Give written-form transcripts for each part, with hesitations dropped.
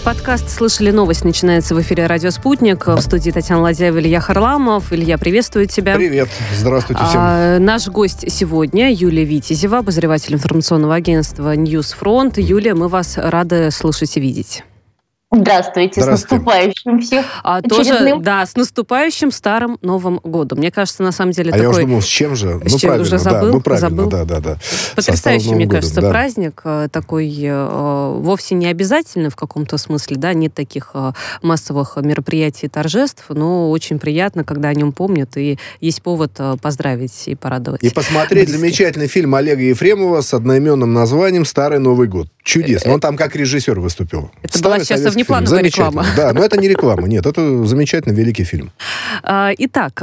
Подкаст «Слышали новость» начинается в эфире «Радио Спутник». В студии Татьяна Ладяева, Илья Харламов. Илья, приветствую тебя. Привет. Здравствуйте всем. Наш гость сегодня Юлия Витязева, обозреватель информационного агентства «Ньюсфронт». Юлия, мы вас рады слышать и видеть. Здравствуйте, с наступающим всех. Тоже, да, с наступающим Старым Новым годом. Мне кажется, на самом деле такой... я уже думал, с чем же? Правильно, уже забыл, да. Потрясающий, мне кажется, праздник. Такой вовсе не обязательный в каком-то смысле, да, нет таких массовых мероприятий и торжеств, но очень приятно, когда о нем помнят, и есть повод поздравить и порадовать. И посмотреть замечательный фильм Олега Ефремова с одноименным названием «Старый Новый год». Чудесно. Он там как режиссер выступил. Это была сейчас внеплановая реклама. Да, но это не реклама. Нет, это замечательный, великий фильм. Итак,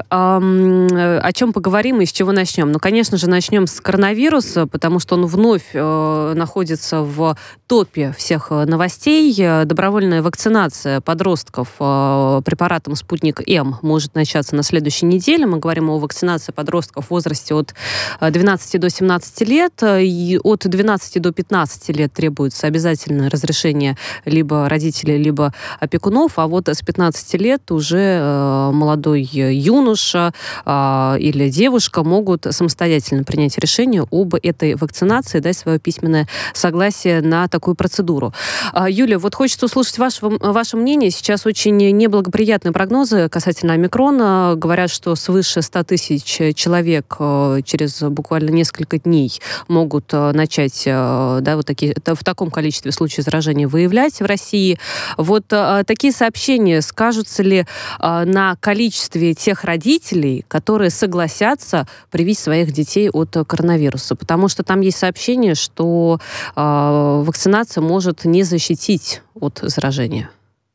о чем поговорим и с чего начнем? Ну, конечно же, начнем с коронавируса, потому что он вновь находится в топе всех новостей. Добровольная вакцинация подростков препаратом «Спутник-М» может начаться на следующей неделе. Мы говорим о вакцинации подростков в возрасте от 12 до 17 лет. И от 12 до 15 лет требуется обязательное разрешение либо родителей, либо опекунов, а вот с 15 лет уже молодой юноша или девушка могут самостоятельно принять решение об этой вакцинации, дать свое письменное согласие на такую процедуру. Юля, вот хочется услышать ваше мнение. Сейчас очень неблагоприятные прогнозы касательно омикрона. Говорят, что свыше 100 тысяч человек через буквально несколько дней могут начать вот такие, в таком количестве случаев заражения выявлять в России. Вот такие сообщения скажутся ли на количестве тех родителей, которые согласятся привить своих детей от коронавируса? Потому что там есть сообщение, что вакцинация может не защитить от заражения.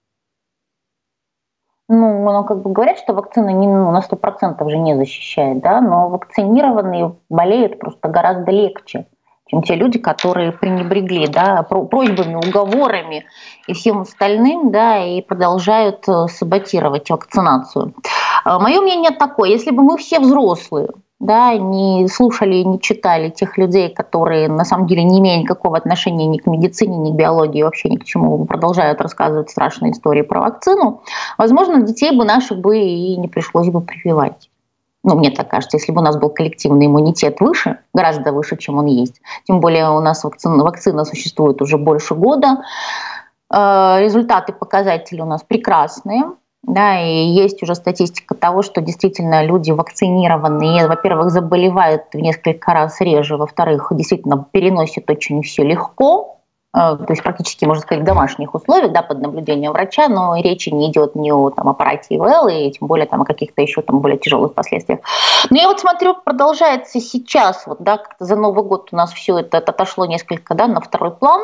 Говорят, что вакцина на 100% же не защищает, да, но вакцинированные болеют просто гораздо легче, чем те люди, которые пренебрегли, да, просьбами, уговорами и всем остальным, да, и продолжают саботировать вакцинацию. Мое мнение такое: если бы мы все взрослые, да, не слушали и не читали тех людей, которые на самом деле не имея никакого отношения ни к медицине, ни к биологии, вообще ни к чему, продолжают рассказывать страшные истории про вакцину, возможно, детей бы наших бы и не пришлось бы прививать. Мне так кажется, если бы у нас был коллективный иммунитет выше, гораздо выше, чем он есть. Тем более у нас вакцина существует уже больше года. Результаты, показатели у нас прекрасные. Да, и есть уже статистика того, что действительно люди вакцинированные, во-первых, заболевают в несколько раз реже, во-вторых, действительно переносят очень все легко. То есть практически, можно сказать, в домашних условиях, да, под наблюдением врача, но речи не идет ни о аппарате ИВЛ, и тем более о каких-то еще более тяжелых последствиях. Но я смотрю, продолжается сейчас, как-то за Новый год у нас все это отошло несколько, на второй план.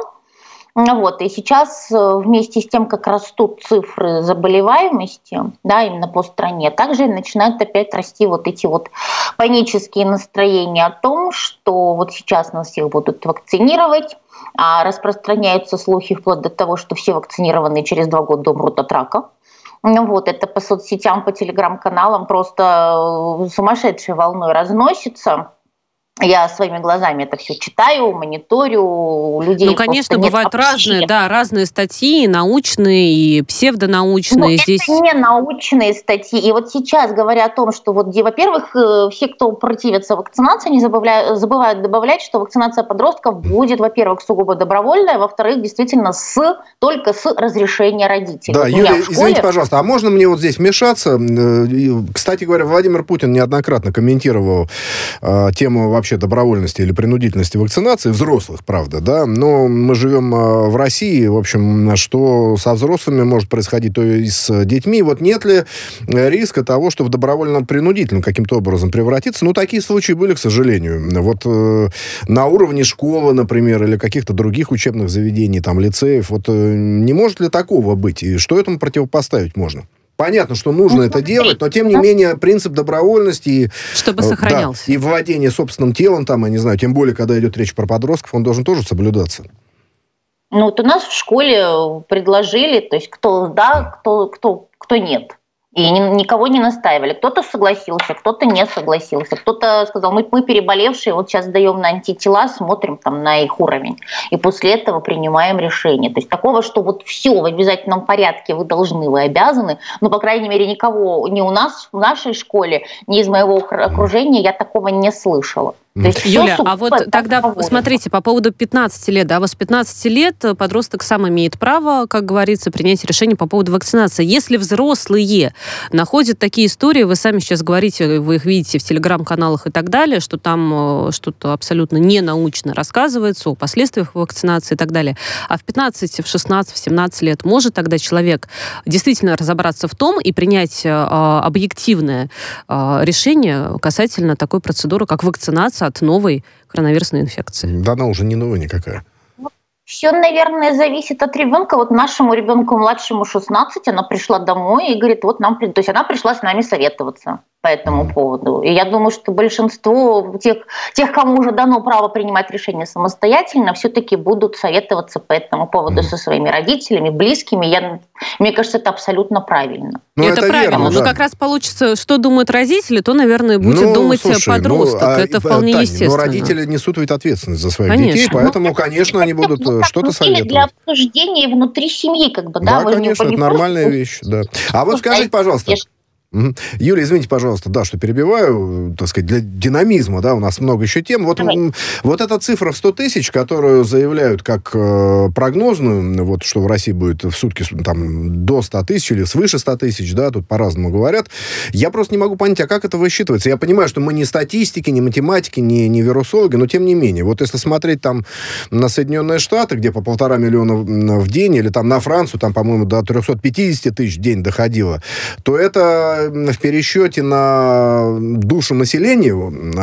И сейчас вместе с тем, как растут цифры заболеваемости, да, именно по стране, также начинают опять расти эти панические настроения о том, что сейчас нас всех будут вакцинировать, а распространяются слухи вплоть до того, что все вакцинированные через 2 года умрут от рака. Это по соцсетям, по телеграм-каналам просто сумасшедшей волной разносится. Я своими глазами это все читаю, мониторю, людей. Конечно, бывают разные статьи, научные и псевдонаучные. Это не научные статьи. И сейчас, говоря о том, что во-первых, все, кто противится вакцинации, не забывают добавлять, что вакцинация подростков будет, во-первых, сугубо добровольная, во-вторых, действительно только с разрешения родителей. Да, Юлия, извините, пожалуйста, а можно мне здесь вмешаться? Кстати говоря, Владимир Путин неоднократно комментировал тему вообще добровольности или принудительности вакцинации взрослых, правда, да, но мы живем в России, в общем, что со взрослыми может происходить, то и с детьми. Нет ли риска того, что в добровольно-принудительном каким-то образом превратиться? Такие случаи были, к сожалению. На уровне школы, например, или каких-то других учебных заведений, лицеев, не может ли такого быть? И что этому противопоставить можно? Понятно, что нужно это делать, но, тем не менее, принцип добровольности чтобы сохранялся. И владение собственным телом, я не знаю, тем более, когда идет речь про подростков, он должен тоже соблюдаться. У нас в школе предложили, то есть кто да, кто нет. И никого не настаивали. Кто-то согласился, кто-то не согласился. Кто-то сказал, мы переболевшие, вот сейчас даем на антитела, смотрим там на их уровень. И после этого принимаем решение. То есть такого, что вот все в обязательном порядке вы должны, вы обязаны. Ну, по крайней мере, никого ни у нас в нашей школе, ни из моего окружения я такого не слышала. Юля, а вот тогда, смотрите, по поводу 15 лет, да, вот с 15 лет подросток сам имеет право, как говорится, принять решение по поводу вакцинации. Если взрослые находят такие истории, вы сами сейчас говорите, вы их видите в телеграм-каналах и так далее, что там что-то абсолютно ненаучно рассказывается о последствиях вакцинации и так далее. А в 15, в 16, в 17 лет может тогда человек действительно разобраться в том и принять объективное решение касательно такой процедуры, как вакцинация от новой коронавирусной инфекции. Да, она уже не новая никакая. Все, наверное, зависит от ребенка. Вот нашему ребенку младшему 16, она пришла домой и говорит, вот нам... То есть она пришла с нами советоваться по этому поводу. И я думаю, что большинство тех, кому уже дано право принимать решения самостоятельно, все-таки будут советоваться по этому поводу со своими родителями, близкими. Мне кажется, это абсолютно правильно. Это правильно. Верно, да. Но как раз получится, что думают родители, то, наверное, будет думать подросток. Это вполне естественно. Но родители несут ведь ответственность за своих детей, поэтому, конечно, они будут что-то советовать. Для обсуждения внутри семьи, Да, конечно, это нормальная вещь. Да. А вот скажите, пожалуйста, Юля, извините, пожалуйста, да, что перебиваю, так сказать, для динамизма, да, у нас много еще тем. Вот эта цифра в 100 тысяч, которую заявляют как прогнозную, вот что в России будет в сутки там до 100 тысяч или свыше 100 тысяч, да, тут по-разному говорят. Я просто не могу понять, а как это высчитывается? Я понимаю, что мы не статистики, не математики, не вирусологи, но тем не менее. Вот если смотреть там на Соединенные Штаты, где по 1,5 миллиона в день, или там на Францию, там, по-моему, до 350 тысяч в день доходило, то это в пересчете на душу населения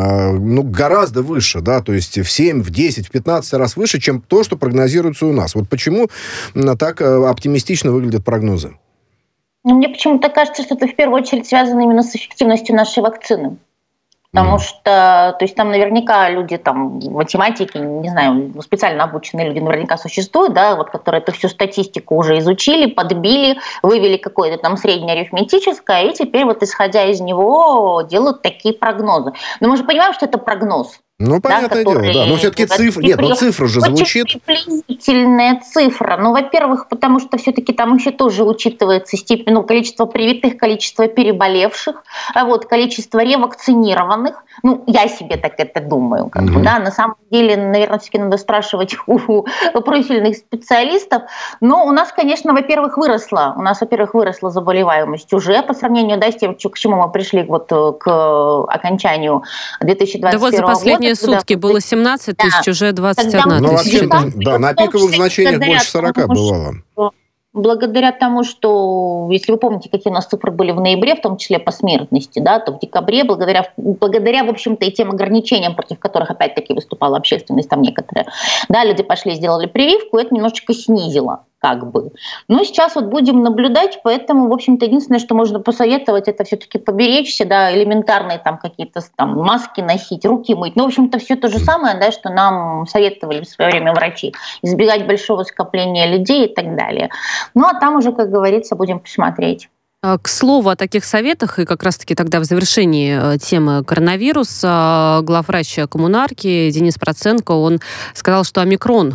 гораздо выше, да, то есть в 7, в 10, в 15 раз выше, чем то, что прогнозируется у нас. Вот почему так оптимистично выглядят прогнозы? Мне почему-то кажется, что это в первую очередь связано именно с эффективностью нашей вакцины. Потому что, то есть там наверняка люди, там, математики, не знаю, специально обученные люди наверняка существуют, да, вот, которые эту всю статистику уже изучили, подбили, вывели какое-то там среднеарифметическое, и теперь вот исходя из него делают такие прогнозы. Но мы же понимаем, что это прогноз. Ну, понятное дело, да. Но все-таки цифра же звучит. Очень приблизительная цифра. Ну, во-первых, потому что все-таки там еще тоже учитывается степень, количество привитых, количество переболевших, количество ревакцинированных. Ну, я себе так это думаю. Да. На самом деле, наверное, все-таки надо спрашивать у профильных специалистов. Но у нас, конечно, во-первых, выросла заболеваемость уже по сравнению, да, с тем, к чему мы пришли вот к окончанию 2021 года. Да, вот за последние сутки было 17 тысяч, уже 21 тысяча. Да, на пиковых значениях больше 40 бывало. Благодаря тому, что, если вы помните, какие у нас цифры были в ноябре, в том числе по смертности, да, то в декабре, благодаря, в общем-то, и тем ограничениям, против которых, опять-таки, выступала общественность, там некоторые, да, люди пошли, сделали прививку, это немножечко снизило, как бы. Но сейчас вот будем наблюдать, поэтому, в общем-то, единственное, что можно посоветовать, это все-таки поберечься, да, элементарные там какие-то там маски носить, руки мыть. Ну, в общем-то, все то же самое, да, что нам советовали в свое время врачи. Избегать большого скопления людей и так далее. Ну, а там уже, как говорится, будем посмотреть. К слову о таких советах, и как раз-таки тогда в завершении темы коронавируса, главврач коммунарки Денис Проценко, он сказал, что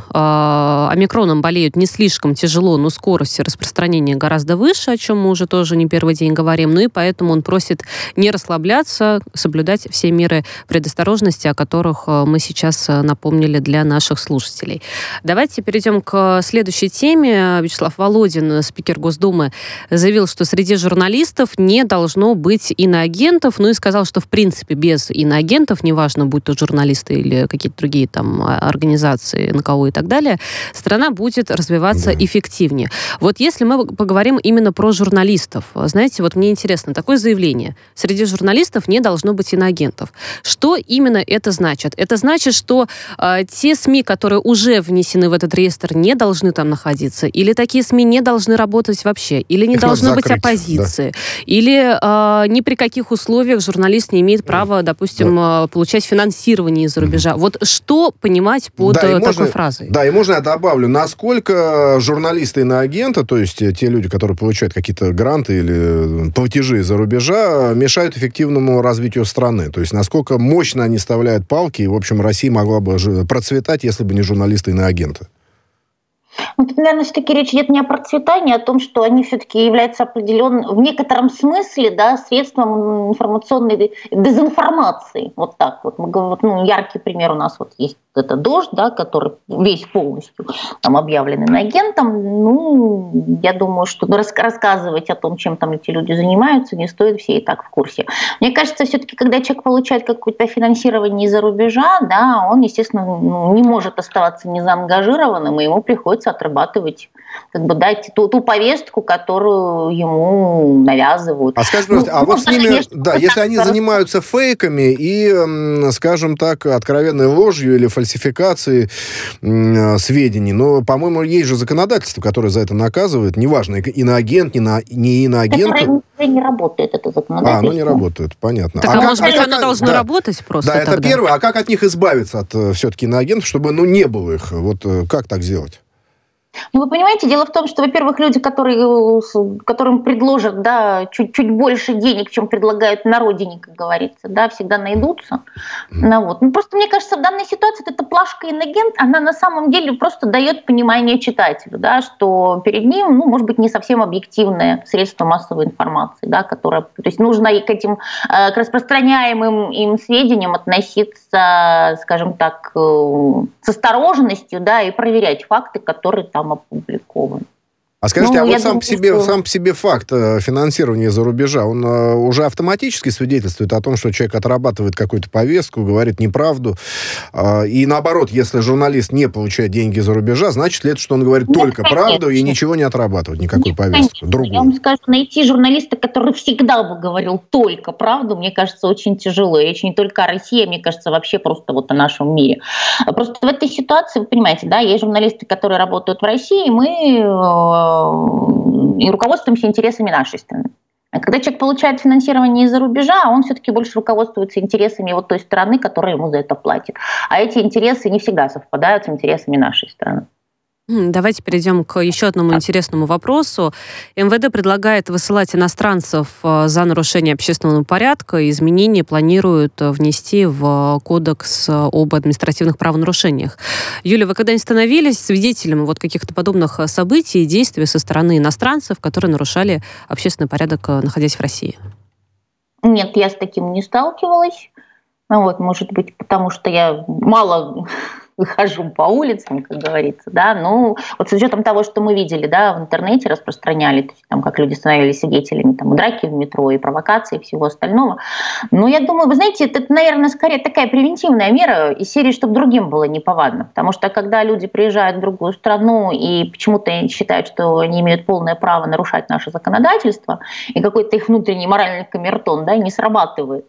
омикроном болеют не слишком тяжело, но скорость распространения гораздо выше, о чем мы уже тоже не первый день говорим, ну и поэтому он просит не расслабляться, соблюдать все меры предосторожности, о которых мы сейчас напомнили для наших слушателей. Давайте перейдем к следующей теме. Вячеслав Володин, спикер Госдумы, заявил, что среди журналистов не должно быть иноагентов, ну и сказал, что в принципе без иноагентов, неважно, будь то журналисты или какие-то другие там организации, НКО и так далее, страна будет развиваться эффективнее. Вот если мы поговорим именно про журналистов, знаете, вот мне интересно, такое заявление: среди журналистов не должно быть иноагентов. Что именно это значит? Это значит, что те СМИ, которые уже внесены в этот реестр, не должны там находиться? Или такие СМИ не должны работать вообще? Или не должно быть оппозиции? позиции. Да. Или ни при каких условиях журналист не имеет права, допустим, получать финансирование из-за рубежа. Вот что понимать под такой фразой? Да, и можно я добавлю, насколько журналисты иноагента, то есть те люди, которые получают какие-то гранты или платежи из-за рубежа, мешают эффективному развитию страны. То есть насколько мощно они вставляют палки, и, в общем, Россия могла бы процветать, если бы не журналисты иноагенты. Ну, тут, наверное, все-таки речь идет не о процветании, а о том, что они все-таки являются определенным, в некотором смысле, да, средством информационной дезинформации. Вот так вот. Яркий пример у нас вот есть это «Дождь», да, который весь полностью там объявлен иноагентом. Ну, я думаю, что рассказывать о том, чем там эти люди занимаются, не стоит, все и так в курсе. Мне кажется, все-таки, когда человек получает какое-то финансирование из-за рубежа, да, он, естественно, не может оставаться незаангажированным, и ему приходится отрабатывать, дать ту повестку, которую ему навязывают. А скажи, пожалуйста, вот с ними, если они занимаются фейками и, скажем так, откровенной ложью или фальсификацией сведений, но, по-моему, есть же законодательство, которое за это наказывает, неважно, иноагент, не иноагент. Это не работает, это законодательство. Оно не работает, понятно. Так, может быть, оно должно работать просто Да, тогда? это первое. А как от них избавиться, от все-таки иноагентов, чтобы, не было их? Вот как так сделать? Вы понимаете, дело в том, что, во-первых, люди, которым предложат, да, чуть больше денег, чем предлагают на родине, как говорится, да, всегда найдутся. Просто мне кажется, в данной ситуации эта плашка инагент, она на самом деле просто дает понимание читателю, да, что перед ним, может быть, не совсем объективное средство массовой информации, да, которое, то есть нужно к этим к распространяемым им сведениям относиться, скажем так, с осторожностью, да, и проверять факты, которые там опубликован. А скажите, сам по себе факт финансирования за рубежа, он уже автоматически свидетельствует о том, что человек отрабатывает какую-то повестку, говорит неправду, и наоборот, если журналист не получает деньги за рубежа, значит ли это, что он говорит только правду и ничего не отрабатывает, никакую повестку, другую? Я вам скажу, найти журналиста, который всегда бы говорил только правду, мне кажется, очень тяжело. Речь не только о России, мне кажется, вообще просто о нашем мире. Просто в этой ситуации, вы понимаете, да, есть журналисты, которые работают в России, мы и руководствуемся интересами нашей страны. А когда человек получает финансирование из-за рубежа, он все-таки больше руководствуется интересами вот той страны, которая ему за это платит. А эти интересы не всегда совпадают с интересами нашей страны. Давайте перейдем к еще одному интересному вопросу. МВД предлагает высылать иностранцев за нарушение общественного порядка. Изменения планируют внести в Кодекс об административных правонарушениях. Юлия, вы когда-нибудь становились свидетелем каких-то подобных событий и действий со стороны иностранцев, которые нарушали общественный порядок, находясь в России? Нет, я с таким не сталкивалась. Может быть, потому что я мало хожу по улицам, как говорится, да, с учетом того, что мы видели, да, в интернете распространяли, то есть, как люди становились свидетелями драки в метро и провокаций и всего остального. Я думаю, вы знаете, это, наверное, скорее такая превентивная мера из серии, чтобы другим было неповадно, потому что когда люди приезжают в другую страну и почему-то считают, что они имеют полное право нарушать наше законодательство, и какой-то их внутренний моральный камертон, да, не срабатывает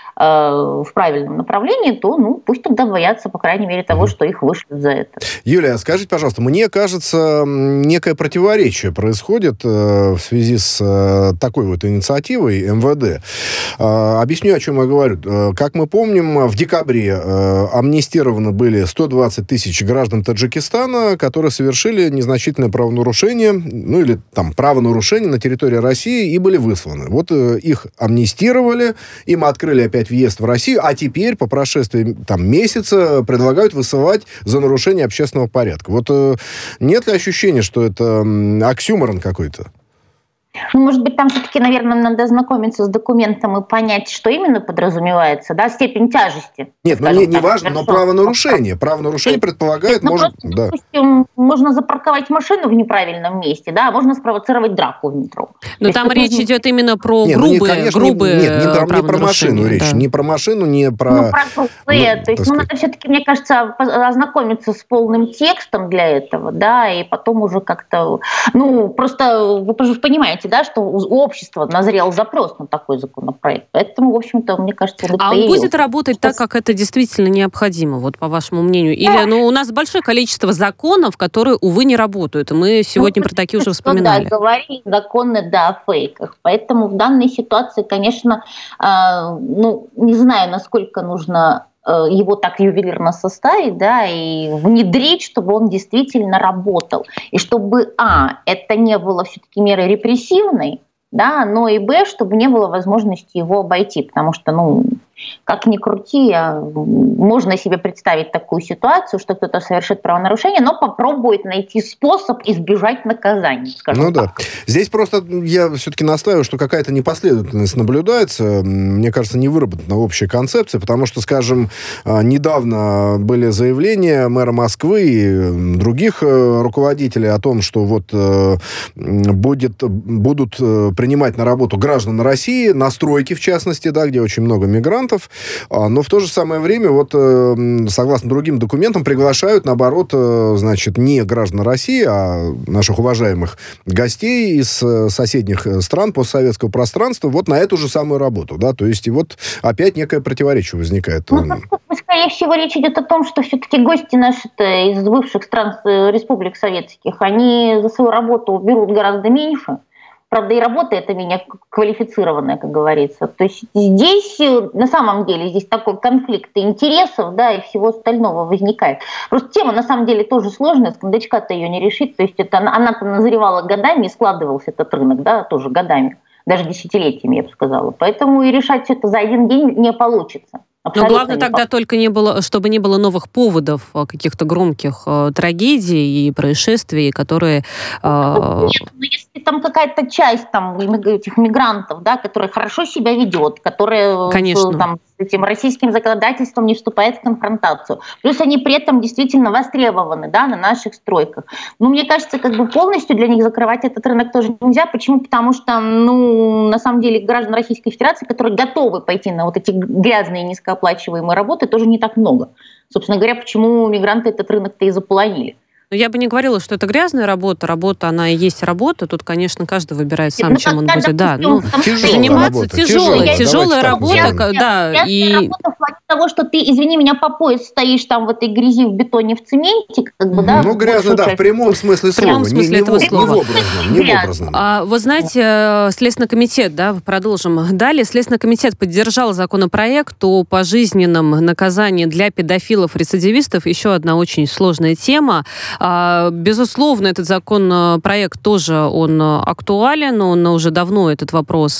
в правильном направлении, то пусть тогда боятся, по крайней мере, того, что их вышлют за это. Юлия, скажите, пожалуйста, мне кажется, некое противоречие происходит в связи с такой инициативой МВД. Объясню, о чем я говорю. Как мы помним, в декабре амнистированы были 120 тысяч граждан Таджикистана, которые совершили незначительное правонарушение, или правонарушение на территории России и были высланы. Их амнистировали, им открыли опять въезд в Россию, а теперь, по прошествии месяца, предлагают высылать за нарушение общественного порядка. Нет ли ощущения, что это оксюморон какой-то? Может быть, там все-таки, наверное, надо ознакомиться с документом и понять, что именно подразумевается, да, степень тяжести. Нет, не важно, но правонарушение. Правонарушение предполагает, допустим, можно запарковать машину в неправильном месте, да, можно спровоцировать драку в метро. Но там речь идет именно про грубые не про машину речь, не про машину, не про... про грубые, то есть надо все-таки, мне кажется, ознакомиться с полным текстом для этого, да, и потом уже как-то, просто вы понимаете, понимаете, да, что у общества назрел запрос на такой законопроект. Поэтому, в общем-то, мне кажется, А он будет работать так, как это действительно необходимо, вот по вашему мнению? Или у нас большое количество законов, которые, увы, не работают. И мы сегодня про такие уже вспоминали. Да, говорили законы, о фейках. Поэтому в данной ситуации, конечно, не знаю, насколько нужно его так ювелирно составить, да, и внедрить, чтобы он действительно работал. И чтобы, это не было все-таки мерой репрессивной, да, но и, чтобы не было возможности его обойти, потому что, как ни крути, можно себе представить такую ситуацию, что кто-то совершит правонарушение, но попробует найти способ избежать наказания. Да. Здесь просто я все-таки настаиваю, что какая-то непоследовательность наблюдается. Мне кажется, не выработана общая концепция, потому что, скажем, недавно были заявления мэра Москвы и других руководителей о том, что будут принимать на работу граждан России, на стройки, в частности, да, где очень много мигрантов, но в то же самое время, согласно другим документам, приглашают, наоборот, не граждан России, а наших уважаемых гостей из соседних стран постсоветского пространства на эту же самую работу, да, то есть опять некое противоречие возникает. Скорее всего, речь идет о том, что все-таки гости наши из бывших стран республик советских, они за свою работу берут гораздо меньше. Правда, и работа это менее квалифицированная, как говорится. То есть здесь, на самом деле, такой конфликт интересов, да, и всего остального возникает. Просто тема, на самом деле, тоже сложная, с кондачка-то ее не решить. То есть она-то назревала годами, и складывался этот рынок, да, тоже годами, даже десятилетиями, я бы сказала. Поэтому и решать это за один день не получится. Но главное тогда только чтобы не было новых поводов, каких-то громких трагедий и происшествий, которые... Если там какая-то часть этих мигрантов, да, которая хорошо себя ведет, которая с этим российским законодательством не вступает в конфронтацию, плюс они при этом действительно востребованы, да, на наших стройках. Мне кажется, полностью для них закрывать этот рынок тоже нельзя. Почему? Потому что, на самом деле, граждан Российской Федерации, которые готовы пойти на эти грязные низкооплачиваемые работы, тоже не так много. Собственно говоря, почему мигранты этот рынок-то и заполонили. Но я бы не говорила, что это грязная работа. Работа, она и есть работа. Тут, конечно, каждый выбирает сам, чем он будет. Да, заниматься тяжелая работа, да. Работа в плане того, что ты, извини меня, по пояс стоишь там в этой грязи, в бетоне, в цементе, да. Грязно, да, в прямом смысле слова. В прямом смысле этого слова. Не в образном. Вы знаете, Следственный комитет, да, продолжим далее. Следственный комитет поддержал законопроект о пожизненном наказании для педофилов-рецидивистов. Еще одна очень сложная тема. Безусловно, этот законопроект тоже он актуален, он уже давно этот вопрос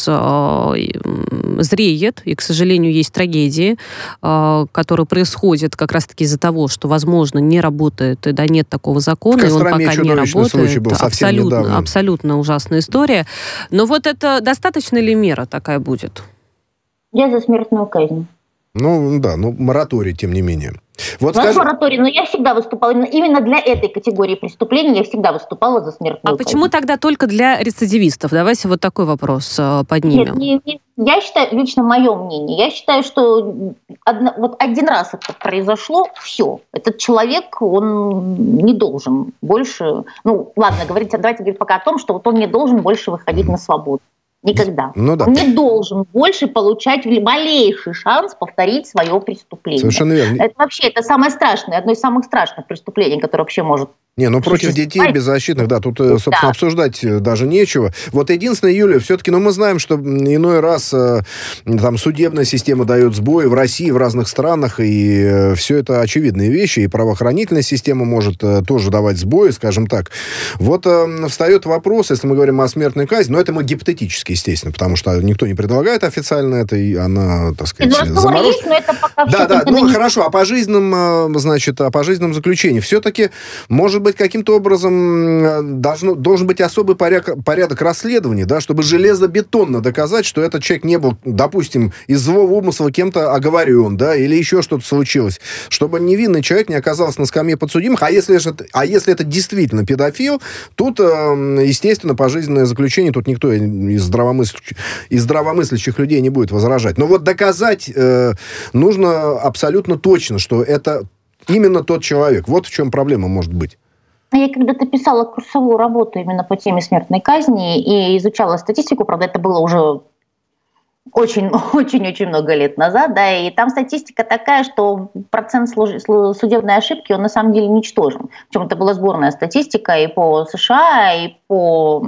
зреет, и, к сожалению, есть трагедии, которые происходят как раз-таки из-за того, что, возможно, не работает, да, нет такого закона, и он пока не работает. Был абсолютно ужасная история. Но это достаточно ли мера такая будет? Я за смертную казнь. Мораторий, тем не менее. Мораторий, но я всегда выступала именно для этой категории преступлений, я всегда выступала за смертную казнь. Почему тогда только для рецидивистов? Давайте такой вопрос поднимем. Нет, я считаю, лично мое мнение, я считаю, что один раз это произошло, все. Этот человек, он не должен больше... давайте говорить пока о том, что он не должен больше выходить на свободу. Никогда. Он не должен больше получать малейший шанс повторить свое преступление. Совершенно верно. Это самое страшное, одно из самых страшных преступлений, которое вообще может... против детей беззащитных, да, тут, собственно, обсуждать даже нечего. Единственное, Юлия, все-таки, мы знаем, что иной раз судебная система дает сбои в России, в разных странах, и все это очевидные вещи, и правоохранительная система может тоже давать сбои, скажем так. Встает вопрос, если мы говорим о смертной казни, но это мы гипотетически, естественно, потому что никто не предлагает официально это, и она, так сказать, заморожена. Хорошо, о пожизненном заключении. Все-таки, может быть, каким-то образом должен быть особый порядок расследования, да, чтобы железобетонно доказать, что этот человек не был, допустим, из злого умысла кем-то оговорен, да, или еще что-то случилось, чтобы невинный человек не оказался на скамье подсудимых, а если это действительно педофил, тут, естественно, пожизненное заключение, тут никто из здравомыслящих людей не будет возражать. Но доказать нужно абсолютно точно, что это именно тот человек. В чем проблема может быть. Я когда-то писала курсовую работу именно по теме смертной казни и изучала статистику, правда, это было уже очень-очень много лет назад, да, и там статистика такая, что процент судебной ошибки, он на самом деле ничтожен. Причем это была сборная статистика и по США, и по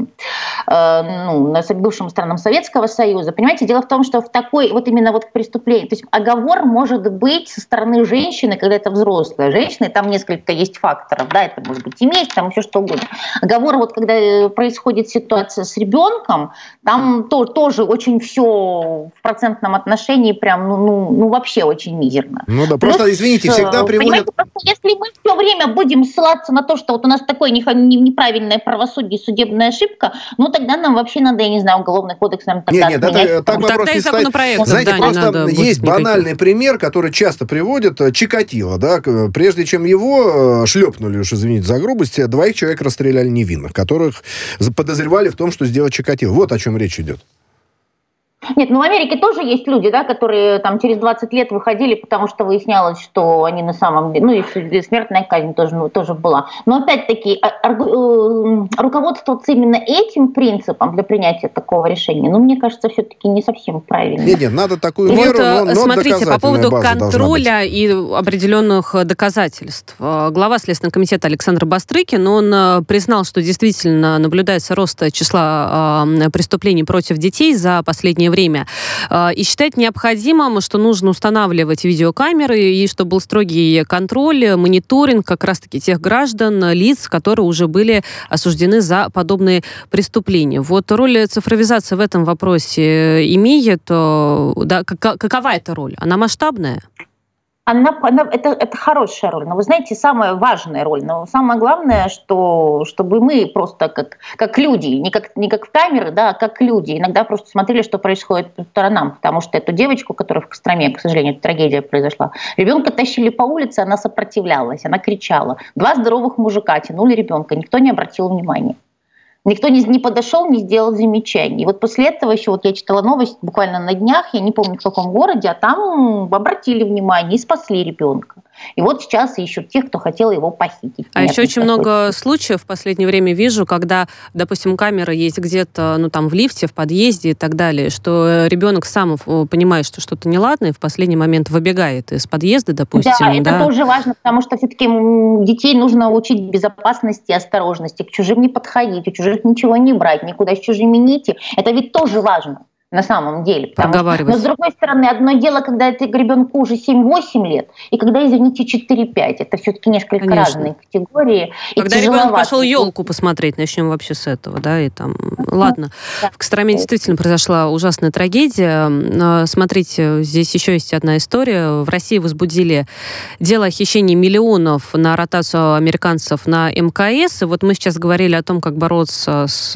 бывшим странам Советского Союза. Понимаете, дело в том, что в такой вот именно вот преступлении, то есть оговор может быть со стороны женщины, когда это взрослая женщина, и там несколько есть факторов, да, это может быть и месть, там еще что угодно. Оговор вот когда происходит ситуация с ребенком, там тоже очень все в процентном отношении прям, вообще очень мизерно. Ну да, просто, плюс, извините, всегда приводят... Если мы все время будем ссылаться на то, что вот у нас такое неправильное правосудие, судебная ошибка, тогда нам вообще надо, я не знаю, уголовный кодекс, наверное, тогда отменять. Так вопрос не стоит. Знаете, просто есть банальный пример, который часто приводят, Чикатило, да, прежде чем его шлепнули, уж извините за грубость, 2 человек расстреляли невинных, которых подозревали в том, что сделал Чикатило. Вот о чем речь идет. Нет, в Америке тоже есть люди, да, которые там через 20 лет выходили, потому что выяснялось, что они на самом деле, и смертная казнь тоже была. Но опять-таки руководствоваться именно этим принципом для принятия такого решения, мне кажется, все-таки не совсем правильно. Нет, надо такую меру, но смотрите, по поводу контроля и определенных доказательств. Глава Следственного комитета Александр Бастрыкин, он признал, что действительно наблюдается рост числа преступлений против детей за последнее время. И считает необходимым, что нужно устанавливать видеокамеры, и чтобы был строгий контроль, мониторинг как раз-таки тех граждан, лиц, которые уже были осуждены за подобные преступления. Вот роль цифровизации в этом вопросе имеет, да, какова эта роль? Она масштабная? Это хорошая роль, но вы знаете, самая важная роль, но самое главное, чтобы мы просто как люди, не как в камеры, да, а как люди, иногда просто смотрели, что происходит по сторонам, потому что эту девочку, которая в Костроме, к сожалению, трагедия произошла, ребенка тащили по улице, она сопротивлялась, она кричала. 2 здоровых мужика тянули ребенка, никто не обратил внимания. Никто не подошел, не сделал замечаний. И вот после этого еще, я читала новость буквально на днях, я не помню в каком городе, а там обратили внимание и спасли ребенка. И вот сейчас ищут тех, кто хотел его похитить. А еще очень много случаев в последнее время вижу, когда, допустим, камера есть где-то, в лифте, в подъезде и так далее, что ребенок сам понимает, что что-то неладное, и в последний момент выбегает из подъезда, допустим. Да, это тоже важно, потому что все-таки детей нужно учить безопасности и осторожности, к чужим не подходить, у чужих ничего не брать, никуда с чужими не идти. Это ведь тоже важно. На самом деле. Но, с другой стороны, одно дело, когда это ребенку уже 7-8 лет, и когда, извините, 4-5. Это все-таки несколько разные категории. Когда ребенок пошел елку посмотреть, начнем вообще с этого, да, и там... Ладно. Да. В Костроме действительно произошла ужасная трагедия. Смотрите, здесь еще есть одна история. В России возбудили дело о хищении миллионов на ротацию американцев на МКС. И вот мы сейчас говорили о том, как бороться с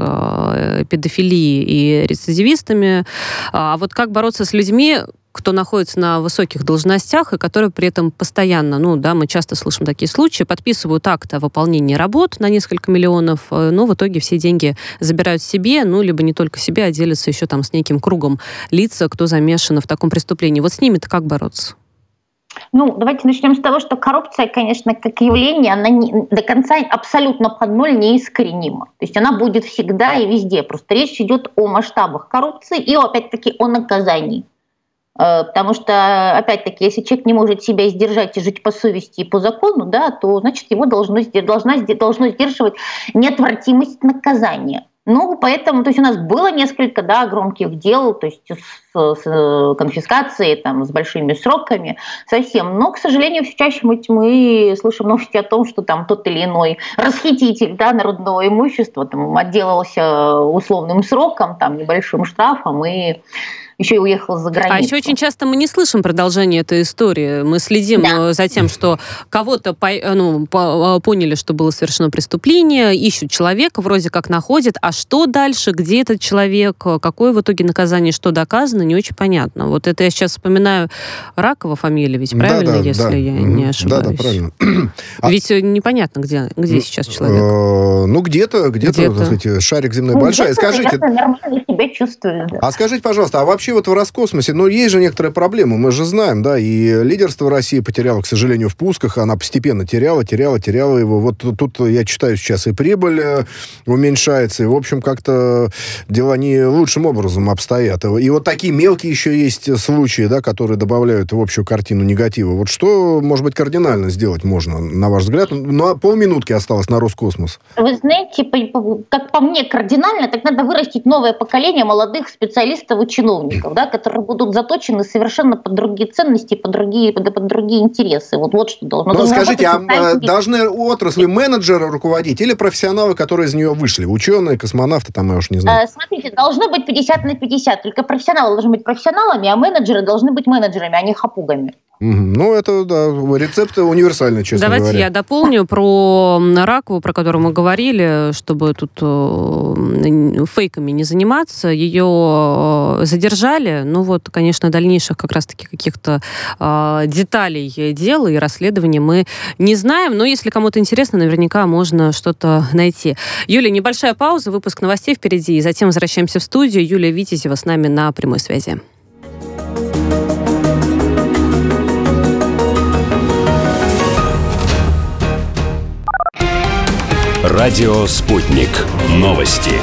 педофилией и рецидивистами. А вот как бороться с людьми, кто находится на высоких должностях и которые при этом постоянно, мы часто слышим такие случаи, подписывают акт о выполнении работ на несколько миллионов, но в итоге все деньги забирают себе, либо не только себе, а делятся еще там с неким кругом лиц, кто замешан в таком преступлении. Вот с ними-то как бороться? Давайте начнем с того, что коррупция, конечно, как явление, она до конца абсолютно под ноль неискоренима. То есть она будет всегда и везде. Просто речь идет о масштабах коррупции и, опять-таки, о наказании. Потому что, опять-таки, если человек не может себя сдержать и жить по совести и по закону, да, то, значит, его должно сдерживать неотвратимость наказания. Поэтому, то есть у нас было несколько, громких дел, то есть с конфискацией, с большими сроками совсем. Но, к сожалению, все чаще мы слышим новости о том, что тот или иной расхититель, народного имущества отделался условным сроком, небольшим штрафом и еще и уехал за границу. А еще очень часто мы не слышим продолжение этой истории. Мы следим за тем, что кого-то поняли, что было совершено преступление, ищут человека, вроде как находят. А что дальше? Где этот человек? Какое в итоге наказание? Что доказано? Не очень понятно. Вот это я сейчас вспоминаю Ракова фамилия, ведь правильно, если я не ошибаюсь? Да, правильно. Ведь непонятно, где сейчас человек. Где-то, так сказать, шарик земной большой. Скажите, нормально себя чувствую. А скажите, пожалуйста, а вообще вообще вот в Роскосмосе, есть же некоторые проблемы, мы же знаем, да, и лидерство России потеряла, к сожалению, в пусках, она постепенно теряла его. Вот тут я читаю сейчас и прибыль уменьшается, и, в общем, как-то дела не лучшим образом обстоят. И вот такие мелкие еще есть случаи, да, которые добавляют в общую картину негатива. Вот что, может быть, кардинально сделать можно, на ваш взгляд? Полминутки осталось на Роскосмос. Вы знаете, как по мне, кардинально, так надо вырастить новое поколение молодых специалистов и чиновников, да, которые будут заточены совершенно под другие ценности, под другие интересы. Вот что должно. Скажите, должны отрасли менеджеры руководить или профессионалы, которые из нее вышли? Ученые, космонавты, я уж не знаю. Смотрите, должно быть 50/50. Только профессионалы должны быть профессионалами, а менеджеры должны быть менеджерами, а не хапугами. Это, да, рецепт универсальный, честно говоря. Давайте я дополню про Ракову, про которую мы говорили, чтобы тут фейками не заниматься. Ее задержали. Конечно, дальнейших как раз-таки каких-то деталей дела и расследования мы не знаем. Но если кому-то интересно, наверняка можно что-то найти. Юлия, небольшая пауза, выпуск новостей впереди, и затем возвращаемся в студию. Юлия Витязева с нами на прямой связи. Радио «Спутник». Новости.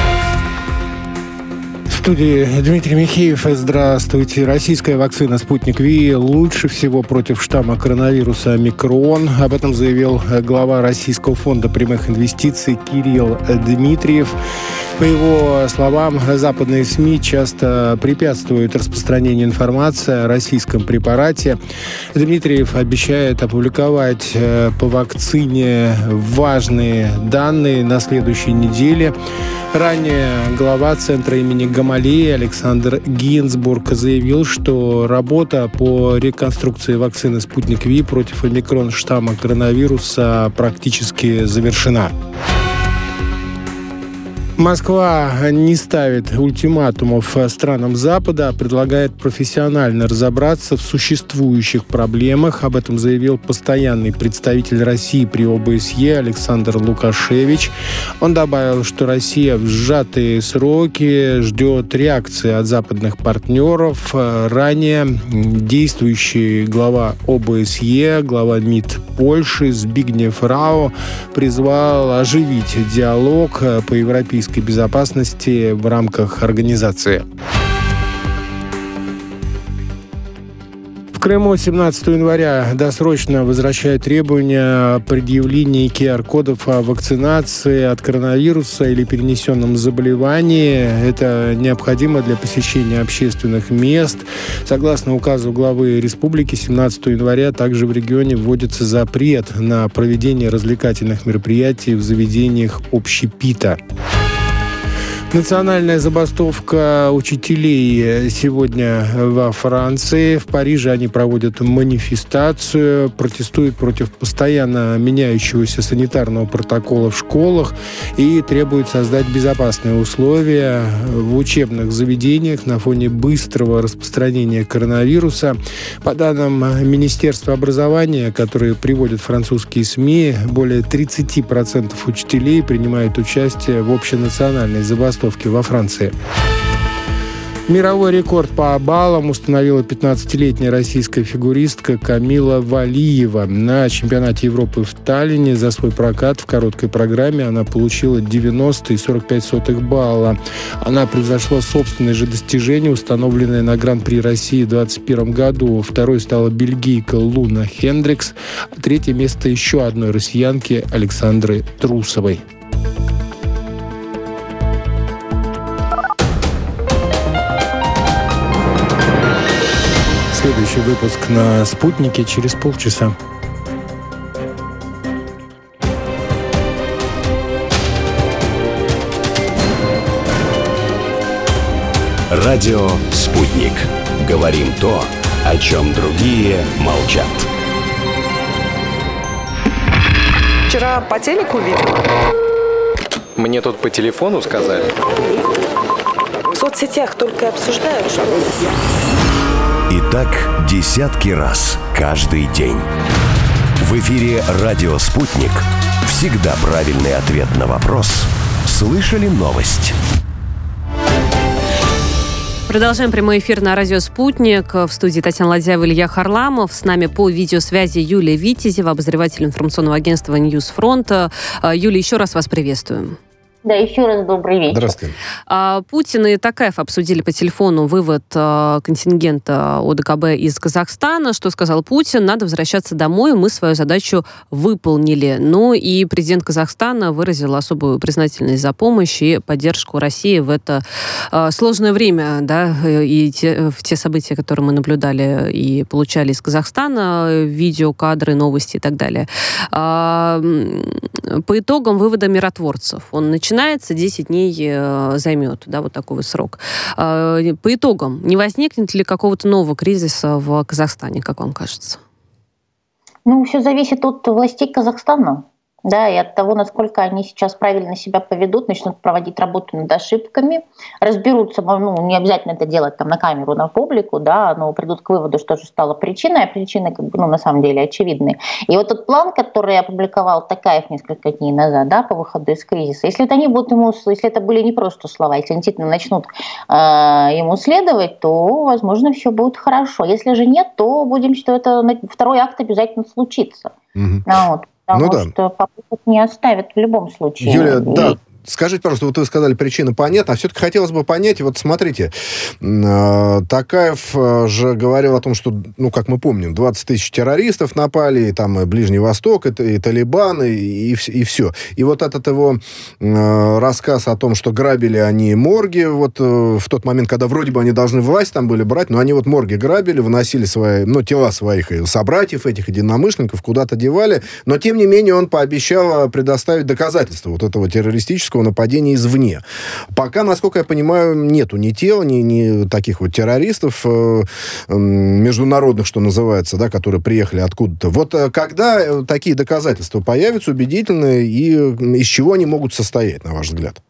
В студии Дмитрий Михеев. Здравствуйте. Российская вакцина «Спутник Ви» лучше всего против штамма коронавируса «Омикрон». Об этом заявил глава Российского фонда прямых инвестиций Кирилл Дмитриев. По его словам, западные СМИ часто препятствуют распространению информации о российском препарате. Дмитриев обещает опубликовать по вакцине важные данные на следующей неделе. Ранее глава Центра имени Гамалеи Александр Гинзбург заявил, что работа по реконструкции вакцины «Спутник Ви» против омикрон штамма коронавируса практически завершена. Москва не ставит ультиматумов странам Запада, а предлагает профессионально разобраться в существующих проблемах. Об этом заявил постоянный представитель России при ОБСЕ Александр Лукашевич. Он добавил, что Россия в сжатые сроки ждет реакции от западных партнеров. Ранее действующий глава ОБСЕ, глава МИД Польши Збигнев Рау призвал оживить диалог по европейской безопасности в рамках организации. В Крыму 17 января досрочно возвращают требования о предъявлении QR-кодов о вакцинации от коронавируса или перенесенном заболевании. Это необходимо для посещения общественных мест. Согласно указу главы республики, 17 января также в регионе вводится запрет на проведение развлекательных мероприятий в заведениях общепита. Национальная забастовка учителей сегодня во Франции. В Париже они проводят манифестацию, протестуют против постоянно меняющегося санитарного протокола в школах и требуют создать безопасные условия в учебных заведениях на фоне быстрого распространения коронавируса. По данным Министерства образования, которые приводят французские СМИ, более 30% учителей принимают участие в общенациональной забастовке во Франции. Мировой рекорд по баллам установила 15-летняя российская фигуристка Камила Валиева. На чемпионате Европы в Таллине за свой прокат в короткой программе она получила 90,45 балла. Она превзошла собственное же достижение, установленное на Гран-при России в 2021 году. Второй стала бельгийка Луна Хендрикс, а третье место еще одной россиянки Александры Трусовой. Следующий выпуск на «Спутнике» через полчаса. Радио «Спутник». Говорим то, о чем другие молчат. Вчера по телеку видела. Мне тут по телефону сказали. В соцсетях только обсуждают, что... И так десятки раз каждый день. В эфире «Радио Спутник». Всегда правильный ответ на вопрос. Слышали новость? Продолжаем прямой эфир на радио «Спутник». В студии Татьяна Ладяева, Илья Харламов. С нами по видеосвязи Юлия Витязева, обозреватель информационного агентства «Ньюсфронт». Юлия, еще раз вас приветствуем. Да, еще раз добрый вечер. Здравствуйте. Путин и Токаев обсудили по телефону вывод контингента ОДКБ из Казахстана. Что сказал Путин? Надо возвращаться домой, мы свою задачу выполнили. Ну и президент Казахстана выразил особую признательность за помощь и поддержку России в это сложное время, да, и те события, которые мы наблюдали и получали из Казахстана, видео, кадры, новости и так далее. По итогам вывода миротворцев. Он начинается, 10 дней займет, да, вот такой вот срок. По итогам, не возникнет ли какого-то нового кризиса в Казахстане, как вам кажется? Ну, все зависит от властей Казахстана. Да, и от того, насколько они сейчас правильно себя поведут, начнут проводить работу над ошибками, разберутся, ну, не обязательно это делать там на камеру, на публику, да, но придут к выводу, что же стало причиной, а причины, как бы, ну, на самом деле очевидны. И вот тот план, который опубликовал Токаев несколько дней назад, да, по выходу из кризиса, если это были не просто слова, если они действительно начнут ему следовать, то, возможно, все будет хорошо. Если же нет, то будем считать, что это второй акт обязательно случится. Вот. Потому что попыток не оставят в любом случае. Юлия, да, скажите, пожалуйста, вот вы сказали, причина понятна, а все-таки хотелось бы понять, вот смотрите, Токаев же говорил о том, что, ну, как мы помним, 20 тысяч террористов напали, и там и Ближний Восток, и Талибан, и все. И вот этот его рассказ о том, что грабили они морги, вот в тот момент, когда вроде бы они должны власть там были брать, но они вот морги грабили, выносили свои, ну, тела своих собратьев, этих единомышленников, куда-то девали, но, тем не менее, он пообещал предоставить доказательства вот этого террористического нападения извне. Пока, насколько я понимаю, нету ни тел, ни таких вот террористов международных, что называется, да, которые приехали откуда-то. Вот когда такие доказательства появятся убедительные, и из чего они могут состоять, на ваш взгляд?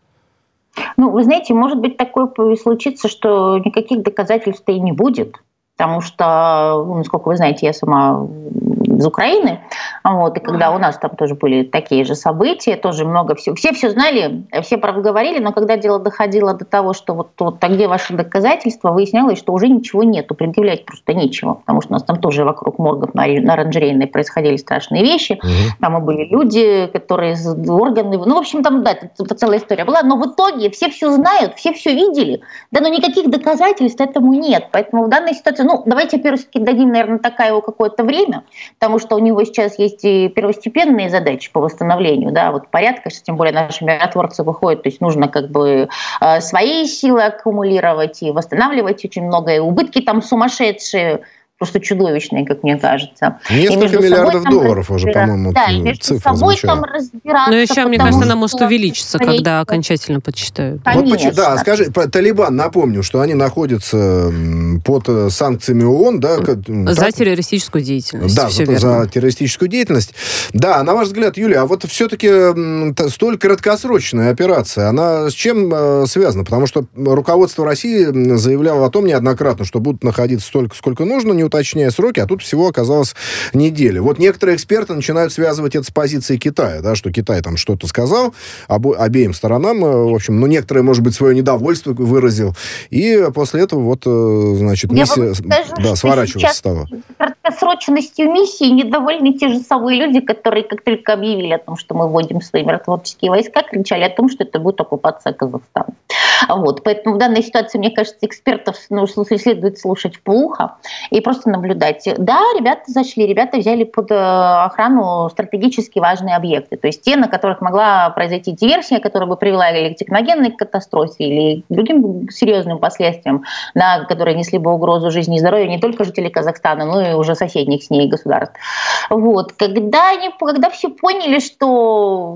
Ну, вы знаете, может быть такое случится, что никаких доказательств и не будет. Потому что, насколько вы знаете, я сама из Украины, вот, и когда у нас там тоже были такие же события, тоже много всего. Все знали, все правду говорили, но когда дело доходило до того, что вот а где ваши доказательства, выяснялось, что уже ничего нету, предъявлять просто нечего, потому что у нас там тоже вокруг моргов на Оранжерейной происходили страшные вещи, там и были люди, которые органы, ну, в общем, там, да, это целая история была, но в итоге все знают, все видели, да, но никаких доказательств этому нет, поэтому в данной ситуации, ну, давайте, все-таки дадим, наверное, Токаеву какое-то время, потому что у него сейчас есть и первостепенные задачи по восстановлению, да, вот порядка, тем более наши миротворцы выходят, то есть нужно как бы свои силы аккумулировать и восстанавливать очень много, и убытки там сумасшедшие, просто чудовищные, как мне кажется. Несколько миллиардов долларов уже, по-моему, да, и между собой там разбираться. Но еще, мне кажется, она может увеличиться, когда окончательно подсчитают. Вот, да, скажи, Талибан, напомню, что они находятся под санкциями ООН, да? За террористическую деятельность. Да, за террористическую деятельность. Да, на ваш взгляд, Юлия, а вот все-таки столь краткосрочная операция, она с чем связана? Потому что руководство России заявляло о том неоднократно, что будут находиться столько, сколько нужно, не уточняя сроки, а тут всего оказалось неделя. Вот некоторые эксперты начинают связывать это с позицией Китая, да, что Китай там что-то сказал обеим сторонам, в общем, но некоторые, может быть, свое недовольство выразил, и после этого вот, значит, миссия сворачиваться стала. Краткосрочностью миссии недовольны те же самые люди, которые, как только объявили о том, что мы вводим свои миротворческие войска, кричали о том, что это будет оккупация Казахстана. Вот. Поэтому в данной ситуации, мне кажется, экспертов следует слушать вполуха и просто наблюдать. Да, ребята зашли, ребята взяли под охрану стратегически важные объекты, то есть те, на которых могла произойти диверсия, которая бы привела или к техногенной катастрофе, или к другим серьезным последствиям, да, которые несли бы угрозу жизни и здоровью не только жителей Казахстана, но и уже соседних с ней государств. Вот. Когда все поняли, что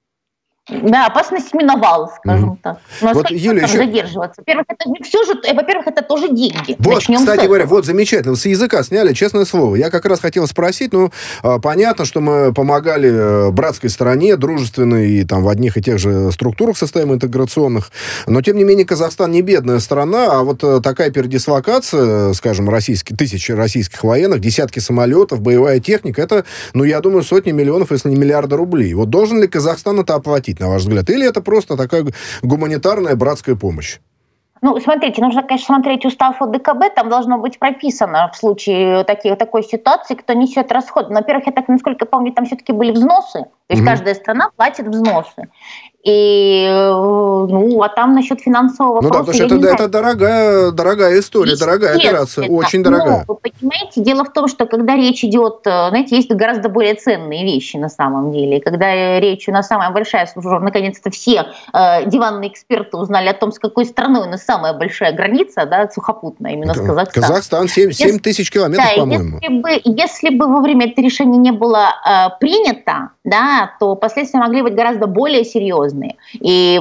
да, опасность миновала, скажем так. Но вот, Юлия, еще задерживаться. Во-первых, это тоже деньги. Вот, кстати говоря, вот замечательно. С языка сняли, честное слово. Я как раз хотел спросить, понятно, что мы помогали братской стране, дружественной, и там в одних и тех же структурах состоим интеграционных, но, тем не менее, Казахстан не бедная страна, а вот такая передислокация, скажем, тысячи российских военных, десятки самолетов, боевая техника, это, я думаю, сотни миллионов, если не миллиарды рублей. Вот должен ли Казахстан это оплатить, на ваш взгляд? Или это просто такая гуманитарная братская помощь? Ну, смотрите, нужно, конечно, смотреть устав ОДКБ, там должно быть прописано в случае такой ситуации, кто несет расходы. Во-первых, я так, насколько помню, там все-таки были взносы, то есть каждая страна платит взносы. И, а там насчет финансового вопроса... Ну да, потому что это дорогая история, дорогая операция, очень дорогая. Но, вы понимаете, дело в том, что когда речь идет, знаете, есть гораздо более ценные вещи на самом деле. И когда речь у нас самая большая, уже наконец-то все диванные эксперты узнали о том, с какой страной у нас самая большая граница, да, сухопутная, именно с Казахстаном. Казахстан 7 тысяч километров, да, по-моему. Если бы во время это решение не было принято, да, то последствия могли быть гораздо более серьезные. И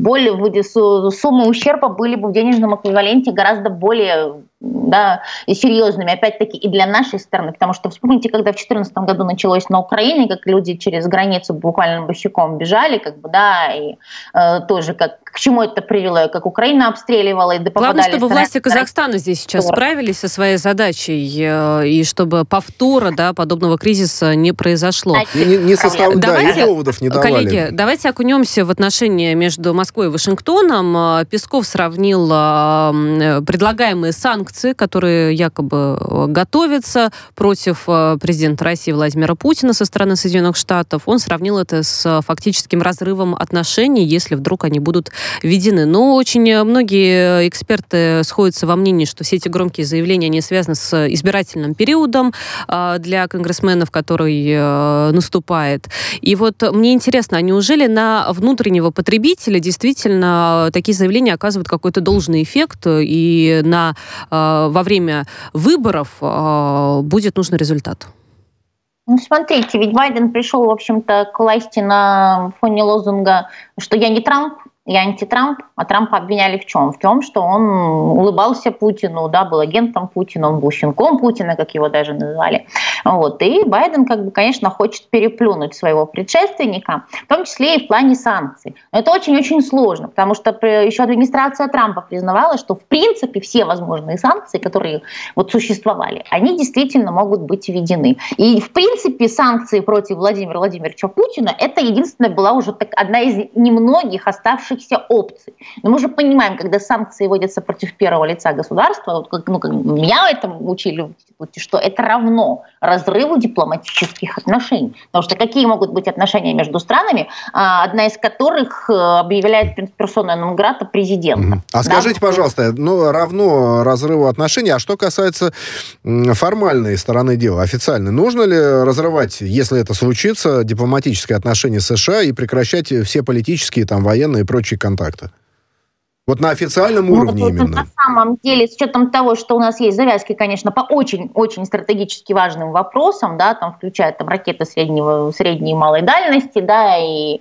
суммы ущерба были бы в денежном эквиваленте гораздо более серьезными, опять-таки, и для нашей страны. Потому что вспомните, когда в 2014 году началось на Украине, как люди через границу буквально босиком бежали, и тоже к чему это привело, как Украина обстреливала и попадали... Главное, чтобы власти Казахстана здесь сейчас справились со своей задачей, и чтобы повтора подобного кризиса не произошло. И поводов не давали. Коллеги, давайте окунемся в отношения между Москвой и Вашингтоном. Песков сравнил предлагаемые санкции, которые якобы готовятся против президента России Владимира Путина со стороны Соединенных Штатов. Он сравнил это с фактическим разрывом отношений, если вдруг они будут введены. Но очень многие эксперты сходятся во мнении, что все эти громкие заявления, они связаны с избирательным периодом для конгрессменов, который наступает. И вот мне интересно, а неужели на внутреннего потребителя действительно такие заявления оказывают какой-то должный эффект, и во время выборов будет нужный результат? Ну, смотрите, ведь Байден пришел, в общем-то, к власти на фоне лозунга, что я не Трамп, я антитрамп, а Трампа обвиняли в чем? В том, что он улыбался Путину, был агентом Путина, он был щенком Путина, как его даже называли. И Байден, конечно, хочет переплюнуть своего предшественника, в том числе и в плане санкций. Но это очень-очень сложно, потому что еще администрация Трампа признавала, что в принципе все возможные санкции, которые существовали, они действительно могут быть введены. И в принципе санкции против Владимира Владимировича Путина это единственная была уже одна из немногих оставшихся опций. Но мы же понимаем, когда санкции вводятся против первого лица государства, меня этому учили в институте, что это равно разрыву дипломатических отношений. Потому что какие могут быть отношения между странами, одна из которых объявляет персона нон-грата президента. Скажите, пожалуйста, равно разрыву отношений, а что касается формальной стороны дела, официально, нужно ли разрывать, если это случится, дипломатические отношения с США и прекращать все политические, военные и прочие контакты? Вот на официальном уровне именно. На самом деле, с учетом того, что у нас есть завязки, конечно, по очень-очень стратегически важным вопросам, включая ракеты средней и малой дальности, и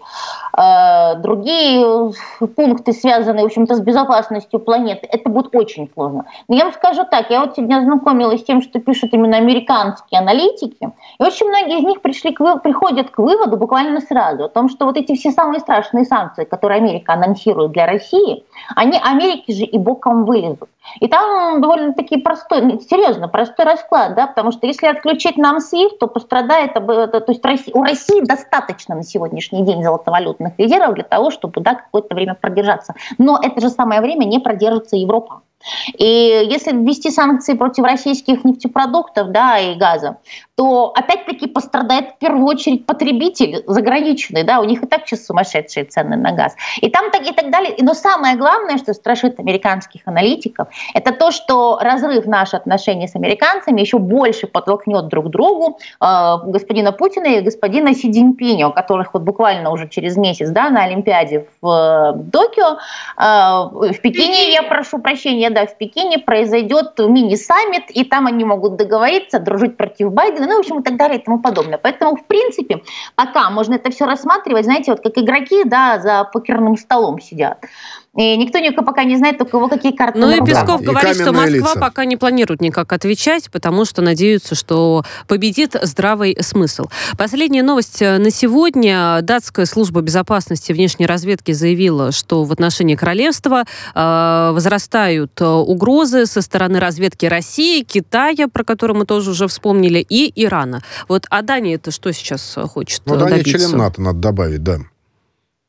другие пункты, связанные, в общем-то, с безопасностью планеты, это будет очень сложно. Но я вам скажу так, я сегодня ознакомилась с тем, что пишут именно американские аналитики, и очень многие из них приходят к выводу буквально сразу о том, что эти все самые страшные санкции, которые Америка анонсирует для России, они Америке же и боком вылезут. И там довольно-таки простой расклад, потому что если отключить нам SWIFT, то пострадает, то есть у России достаточно на сегодняшний день золотовалютных резервов для того, чтобы какое-то время продержаться. Но это же самое время не продержится Европа. И если ввести санкции против российских нефтепродуктов и газа, то опять-таки пострадает в первую очередь потребитель заграничный, у них и так сейчас сумасшедшие цены на газ. И так далее. Но самое главное, что страшит американских аналитиков, это то, что разрыв наших отношений с американцами еще больше подтолкнет друг к другу господина Путина и господина Си Цзиньпиня, у которых буквально уже через месяц на Олимпиаде в Токио, в Пекине, я прошу прощения, в Пекине произойдет мини-саммит, и там они могут договориться, дружить против Байдена, в общем, и так далее, и тому подобное. Поэтому, в принципе, пока можно это все рассматривать, знаете, как игроки, за покерным столом сидят. И никто пока не знает, у кого какие карты. И Песков говорит, что Москва пока не планирует никак отвечать, потому что надеются, что победит здравый смысл. Последняя новость на сегодня. Датская служба безопасности внешней разведки заявила, что в отношении королевства возрастают угрозы со стороны разведки России, Китая, про который мы тоже уже вспомнили, и Ирана. А Дания-то что сейчас хочет добиться? Дания член НАТО, надо добавить, да.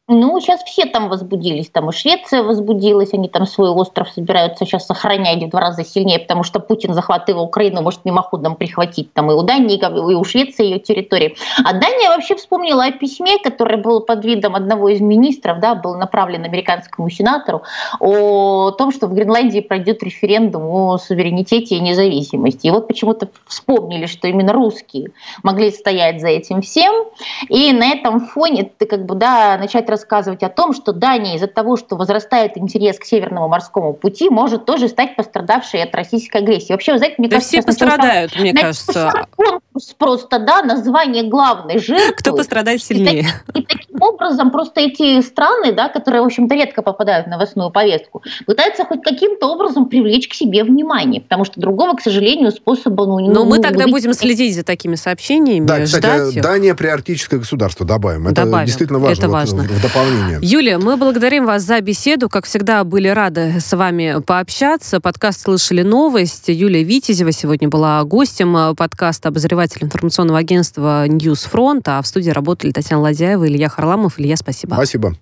Ну, сейчас все там возбудились, там и Швеция возбудилась, они там свой остров собираются сейчас сохранять в 2 раза сильнее, потому что Путин, захватывая Украину, может мимоходом прихватить там и у Дании, и у Швеции ее территории. А Дания вообще вспомнила о письме, которое было под видом одного из министров, да, было направлено американскому сенатору, о том, что в Гренландии пройдет референдум о суверенитете и независимости. И вот почему-то вспомнили, что именно русские могли стоять за этим всем, и на этом фоне ты начать рассказывать о том, что Дания из-за того, что возрастает интерес к Северному морскому пути, может тоже стать пострадавшей от российской агрессии. Вообще, вы знаете, мне кажется... все пострадают, мне кажется. Конкурс просто, название главной жертвы. Кто пострадает сильнее. И таким образом просто эти страны, которые, в общем-то, редко попадают в новостную повестку, пытаются хоть каким-то образом привлечь к себе внимание, потому что другого, к сожалению, способа... Но мы тогда будем следить за такими сообщениями, да, кстати, ждать. Дания приарктическое государство, добавим. Это действительно важно. Это важно. В дополнение. Юлия, мы благодарим вас за беседу. Как всегда, были рады с вами пообщаться. Подкаст «Слышали новость». Юлия Витязева сегодня была гостем подкаста, обозреватель информационного агентства «Ньюсфронт». А в студии работали Татьяна Ладяева, Илья Харламов. Илья, спасибо. Спасибо.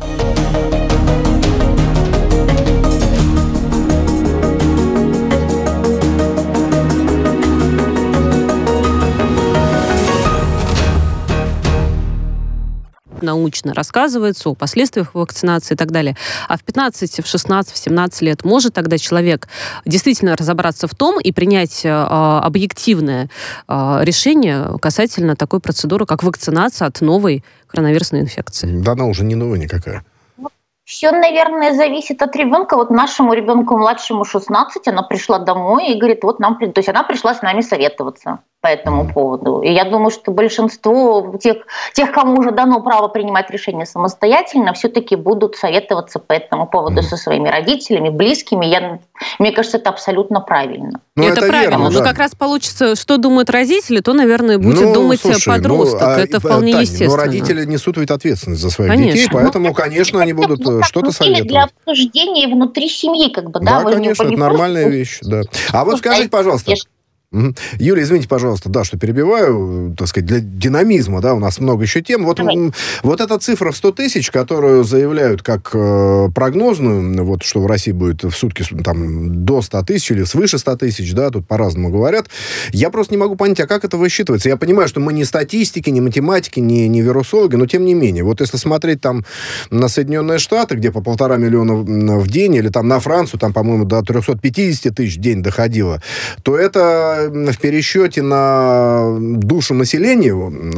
Научно рассказывается о последствиях вакцинации и так далее. А в 15, в 16, в 17 лет может тогда человек действительно разобраться в том и принять объективное решение касательно такой процедуры, как вакцинация от новой коронавирусной инфекции. Да она уже не новая никакая. Все, наверное, зависит от ребенка. Вот нашему ребенку младшему 16, она пришла домой и говорит, то есть она пришла с нами советоваться по этому поводу. И я думаю, что большинство тех, кому уже дано право принимать решения самостоятельно, все-таки будут советоваться по этому поводу со своими родителями, близкими. Мне кажется, это абсолютно правильно. Это правильно. Верно, но как раз получится, что думают родители, то, наверное, будет думать подросток. Это вполне естественно. Но родители несут ведь ответственность за своих детей, поэтому, конечно, они будут что-то советовать. Для обсуждения внутри семьи, Да, конечно, это нормальная вещь, да. А вот скажите, пожалуйста, Юля, извините, пожалуйста, что перебиваю, так сказать, для динамизма, у нас много еще тем. Вот эта цифра в 100 тысяч, которую заявляют как прогнозную, что в России будет в сутки до 100 тысяч или свыше 100 тысяч, тут по-разному говорят, я просто не могу понять, а как это высчитывается? Я понимаю, что мы не статистики, не математики, не вирусологи, но тем не менее, вот если смотреть на Соединенные Штаты, где по 1,5 миллиона в день, или на Францию, по-моему, до 350 тысяч в день доходило, то это в пересчете на душу населения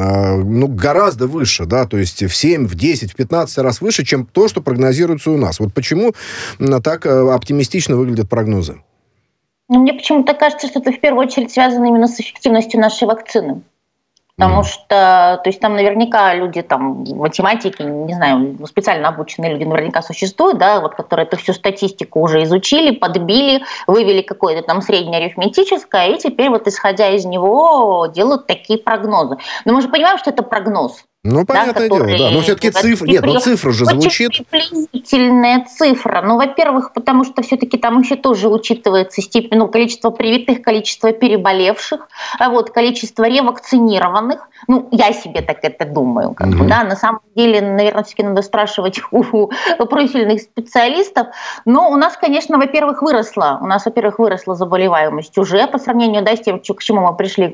гораздо выше, то есть в 7, в 10, в 15 раз выше, чем то, что прогнозируется у нас. Вот почему так оптимистично выглядят прогнозы? Мне почему-то кажется, что это в первую очередь связано именно с эффективностью нашей вакцины. Потому что, то есть там наверняка люди, математики, не знаю, специально обученные люди наверняка существуют, которые эту всю статистику уже изучили, подбили, вывели какое-то среднеарифметическое, и теперь исходя из него делают такие прогнозы. Но мы же понимаем, что это прогноз. Понятное дело, да. Но все-таки цифра... Нет, цифра же звучит. Очень приблизительная цифра. Во-первых, потому что все-таки там еще тоже учитывается степень, количество привитых, количество переболевших, количество ревакцинированных. Я себе так это думаю. На самом деле, наверное, все-таки надо спрашивать у профильных специалистов. Но у нас, конечно, во-первых, выросла заболеваемость уже по сравнению, с тем, к чему мы пришли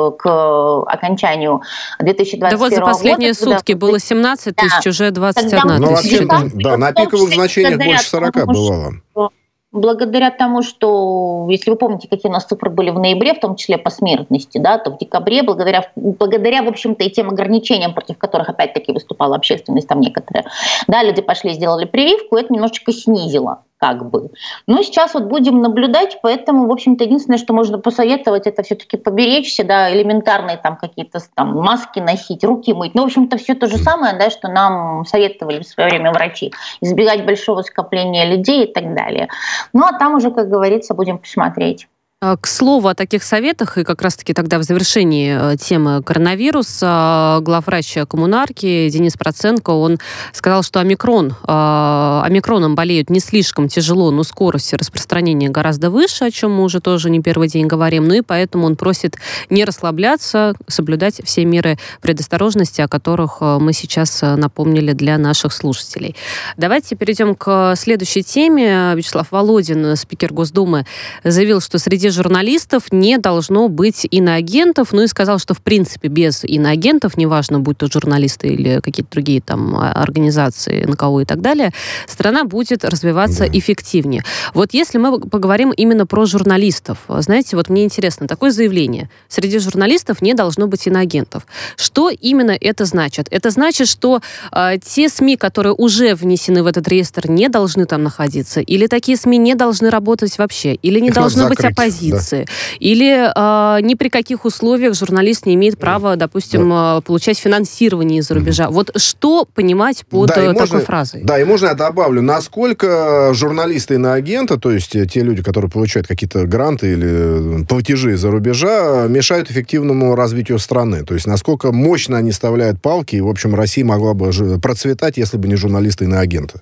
к окончанию 2021 года. За последние сутки было 17 тысяч, уже 21 тысяча. На пиковых значениях больше 40 бывало. Благодаря тому, что, если вы помните, какие у нас цифры были в ноябре, в том числе по смертности, то в декабре, благодаря, в общем-то, и тем ограничениям, против которых, опять-таки, выступала общественность, некоторые, люди пошли, сделали прививку, это немножечко снизило. Но сейчас будем наблюдать, поэтому, в общем-то, единственное, что можно посоветовать, это все-таки поберечься, элементарные какие-то маски носить, руки мыть. В общем-то, все то же самое, что нам советовали в свое время врачи. Избегать большого скопления людей и так далее. А там уже, как говорится, будем посмотреть. К слову о таких советах, и как раз-таки тогда в завершении темы коронавируса, главврач коммунарки Денис Проценко, он сказал, что омикроном болеют не слишком тяжело, но скорость распространения гораздо выше, о чем мы уже тоже не первый день говорим, ну и поэтому он просит не расслабляться, соблюдать все меры предосторожности, о которых мы сейчас напомнили для наших слушателей. Давайте перейдем к следующей теме. Вячеслав Володин, спикер Госдумы, заявил, что среди журналистов не должно быть иноагентов, ну и сказал, что в принципе без иноагентов, неважно, будь то журналисты или какие-то другие там организации, НКО и так далее, страна будет развиваться эффективнее. Вот если мы поговорим именно про журналистов, знаете, вот мне интересно, такое заявление: среди журналистов не должно быть иноагентов. Что именно это значит? Это значит, что те СМИ, которые уже внесены в этот реестр, не должны там находиться? Или такие СМИ не должны работать вообще? Или не должно быть оппозиции? Да. Или ни при каких условиях журналист не имеет права, допустим, получать финансирование из-за рубежа? Вот что понимать под такой фразой? Да, и можно я добавлю, насколько журналисты иноагента, то есть те люди, которые получают какие-то гранты или платежи из-за рубежа, мешают эффективному развитию страны? То есть насколько мощно они вставляют палки, и, в общем, Россия могла бы процветать, если бы не журналисты иноагенты?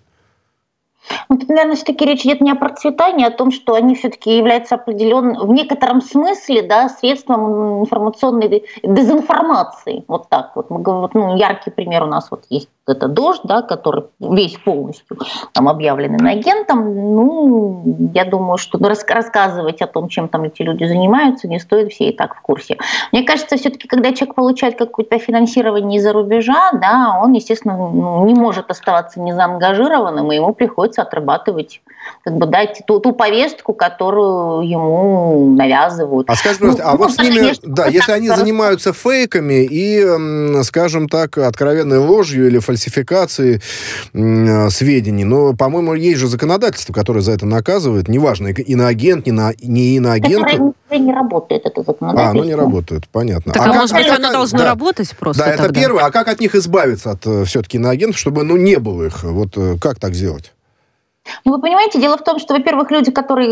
Вот, наверное, все-таки речь идет не о процветании, а о том, что они все-таки являются определенным, в некотором смысле, да, средством информационной дезинформации. Вот так вот. Яркий пример у нас вот есть. Это «Дождь», да, который весь полностью там объявлен иноагентом. Ну, я думаю, что рассказывать о том, чем там эти люди занимаются, не стоит, все и так в курсе. Мне кажется, все-таки, когда человек получает какое-то финансирование из-за рубежа, да, он, естественно, не может оставаться незаангажированным, и ему приходится отрабатывать, как бы, дать ту повестку, которую ему навязывают. А скажи, пожалуйста, вот с ними, конечно, да, если они занимаются фейками и, скажем так, откровенной ложью или фальсификацией сведений, но, по-моему, есть же законодательство, которое за это наказывает, неважно, иноагент, не иноагент. Это не работает, это законодательство. Оно не работает, понятно. Так, может быть, оно должно работать просто? Да, это первое. А как от них избавиться, от все-таки иноагентов, чтобы, не было их? Вот как так сделать? Вы понимаете, дело в том, что, во-первых, люди,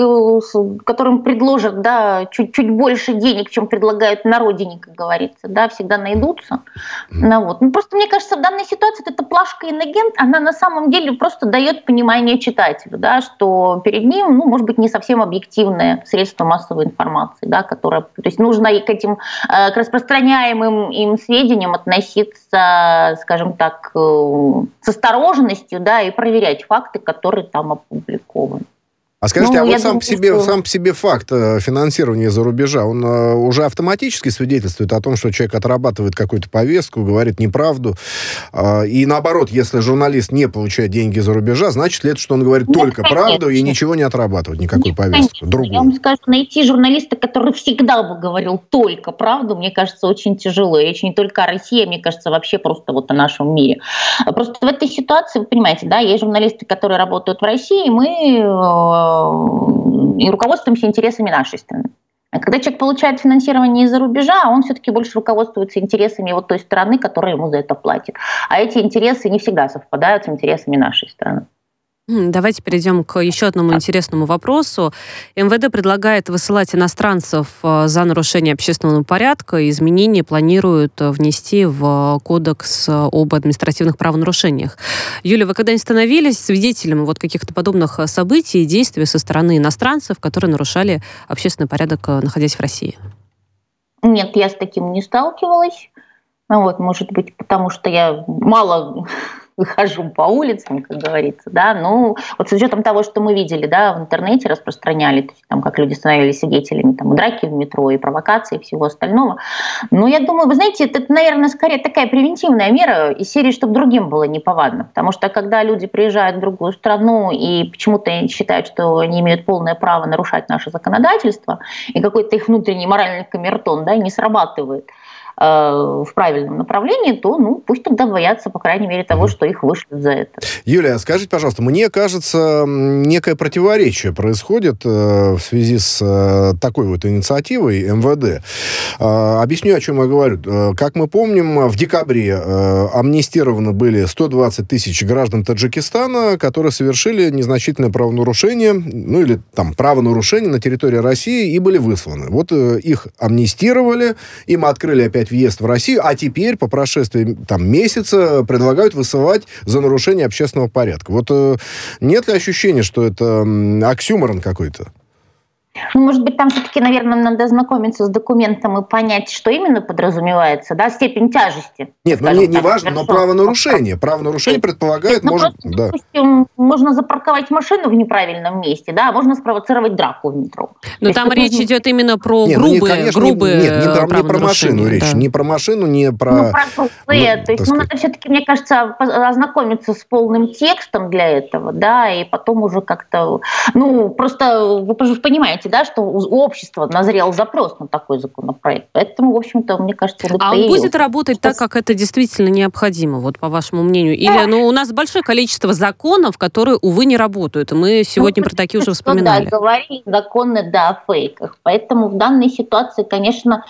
которым предложат, да, чуть больше денег, чем предлагают на родине, как говорится, да, всегда найдутся. Просто мне кажется, в данной ситуации эта плашка инагент, она на самом деле просто дает понимание читателю, да, что перед ним, может быть, не совсем объективное средство массовой информации, да, которое, то есть нужно и к распространяемым им сведениям относиться, скажем так, с осторожностью, да, и проверять факты, которые там опубликован. А скажите, сам по себе факт финансирования из-за рубежа, он уже автоматически свидетельствует о том, что человек отрабатывает какую-то повестку, говорит неправду. И наоборот, если журналист не получает деньги из-за рубежа, значит ли это, что он говорит только правду и ничего не отрабатывает, никакой повестки? Другую. Я вам скажу, найти журналиста, который всегда бы говорил только правду, мне кажется, очень тяжело. И речь не только о России, мне кажется, вообще просто вот о нашем мире. Просто в этой ситуации, вы понимаете, да, есть журналисты, которые работают в России, мы и руководствуемся интересами нашей страны. А когда человек получает финансирование из-за рубежа, он все-таки больше руководствуется интересами вот той страны, которая ему за это платит. А эти интересы не всегда совпадают с интересами нашей страны. Давайте перейдем к еще одному интересному вопросу. МВД предлагает высылать иностранцев за нарушение общественного порядка. Изменения планируют внести в Кодекс об административных правонарушениях. Юля, вы когда-нибудь становились свидетелем вот каких-то подобных событий и действий со стороны иностранцев, которые нарушали общественный порядок, находясь в России? Нет, я с таким не сталкивалась. Может быть, потому что я мало хожу по улицам, как говорится, да, вот с учетом того, что мы видели, да, в интернете распространяли, то есть, как люди становились свидетелями драки в метро и провокации и всего остального. Я думаю, вы знаете, это, наверное, скорее такая превентивная мера из серии, чтобы другим было неповадно, потому что когда люди приезжают в другую страну и почему-то считают, что они имеют полное право нарушать наше законодательство, и какой-то их внутренний моральный камертон, да, не срабатывает, в правильном направлении, то пусть тогда боятся, по крайней мере, того, что их вышлют за это. Юлия, скажите, пожалуйста, мне кажется, некое противоречие происходит в связи с такой вот инициативой МВД. Объясню, о чем я говорю. Как мы помним, в декабре амнистированы были 120 тысяч граждан Таджикистана, которые совершили незначительное правонарушение, или там правонарушение на территории России и были высланы. Вот их амнистировали, им открыли опять въезд в Россию, а теперь, по прошествии месяца, предлагают высылать за нарушение общественного порядка. Вот нет ли ощущения, что это оксюморон какой-то? Может быть, там все-таки, наверное, надо ознакомиться с документом и понять, что именно подразумевается, степень тяжести. Нет, не важно, но правонарушение. Правонарушение предполагает, допустим, можно запарковать машину в неправильном месте, можно спровоцировать драку в метро. Но там речь идет именно про грубые не про машину речь, не про машину, не про... То есть, надо все-таки, мне кажется, ознакомиться с полным текстом для этого, и потом уже как-то... просто вы понимаете, что у общества назрел запрос на такой законопроект. Поэтому, в общем-то, мне кажется, он он будет работать так, как это действительно необходимо, вот по вашему мнению? Или у нас большое количество законов, которые, увы, не работают. И мы сегодня про такие уже вспоминали. Говорили законы, о фейках. Поэтому в данной ситуации, конечно,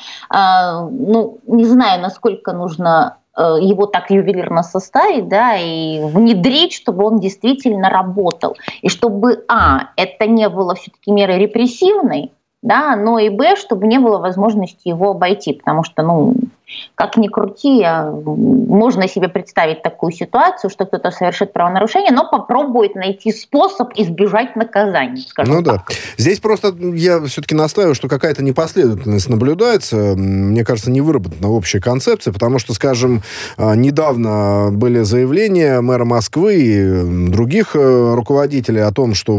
не знаю, насколько нужно его так ювелирно составить, и внедрить, чтобы он действительно работал. И чтобы, это не было все-таки мерой репрессивной, но и, чтобы не было возможности его обойти, потому что, как ни крути, можно себе представить такую ситуацию, что кто-то совершит правонарушение, но попробует найти способ избежать наказания. Так. Здесь просто я все-таки настаиваю, что какая-то непоследовательность наблюдается. Мне кажется, не выработана общая концепция, потому что, скажем, недавно были заявления мэра Москвы и других руководителей о том, что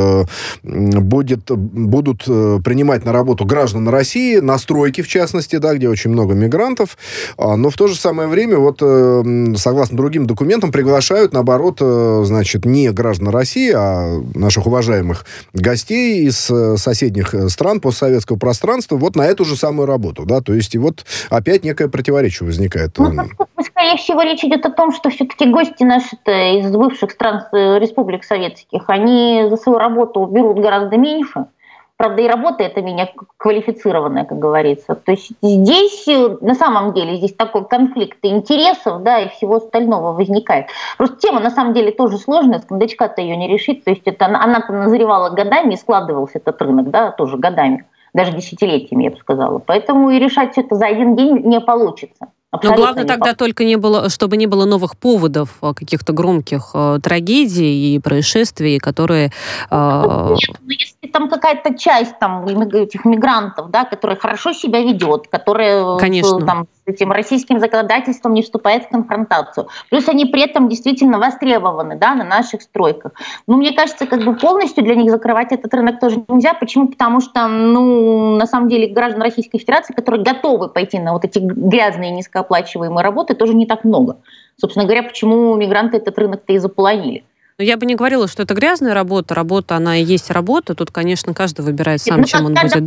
будут принимать на работу граждан России, на стройки, в частности, где очень много мигрантов, но в то же самое время, согласно другим документам, приглашают, наоборот, не граждан России, а наших уважаемых гостей из соседних стран постсоветского пространства на эту же самую работу. То есть, опять некое противоречие возникает. Скорее всего, речь идет о том, что все-таки гости наши из бывших стран республик советских, они за свою работу берут гораздо меньше. Правда, и работа это менее квалифицированная, как говорится. То есть здесь, на самом деле, здесь такой конфликт интересов, и всего остального возникает. Просто тема, на самом деле, тоже сложная, с кондачка-то ее не решить. То есть она-то назревала годами, и складывался этот рынок, тоже годами, даже десятилетиями, я бы сказала. Поэтому и решать все это за один день не получится. Но главное тогда только чтобы не было новых поводов, каких-то громких трагедий и происшествий, которые... Если там какая-то часть этих мигрантов, которая хорошо себя ведет, которая с этим российским законодательством не вступает в конфронтацию, плюс они при этом действительно востребованы на наших стройках. Мне кажется, полностью для них закрывать этот рынок тоже нельзя. Почему? Потому что, на самом деле, граждан Российской Федерации, которые готовы пойти на эти грязные низкооплачиваемые работы, тоже не так много. Собственно говоря, почему мигранты этот рынок-то и заполонили. Но я бы не говорила, что это грязная работа. Работа, она и есть работа. Тут, конечно, каждый выбирает сам, чем он будет.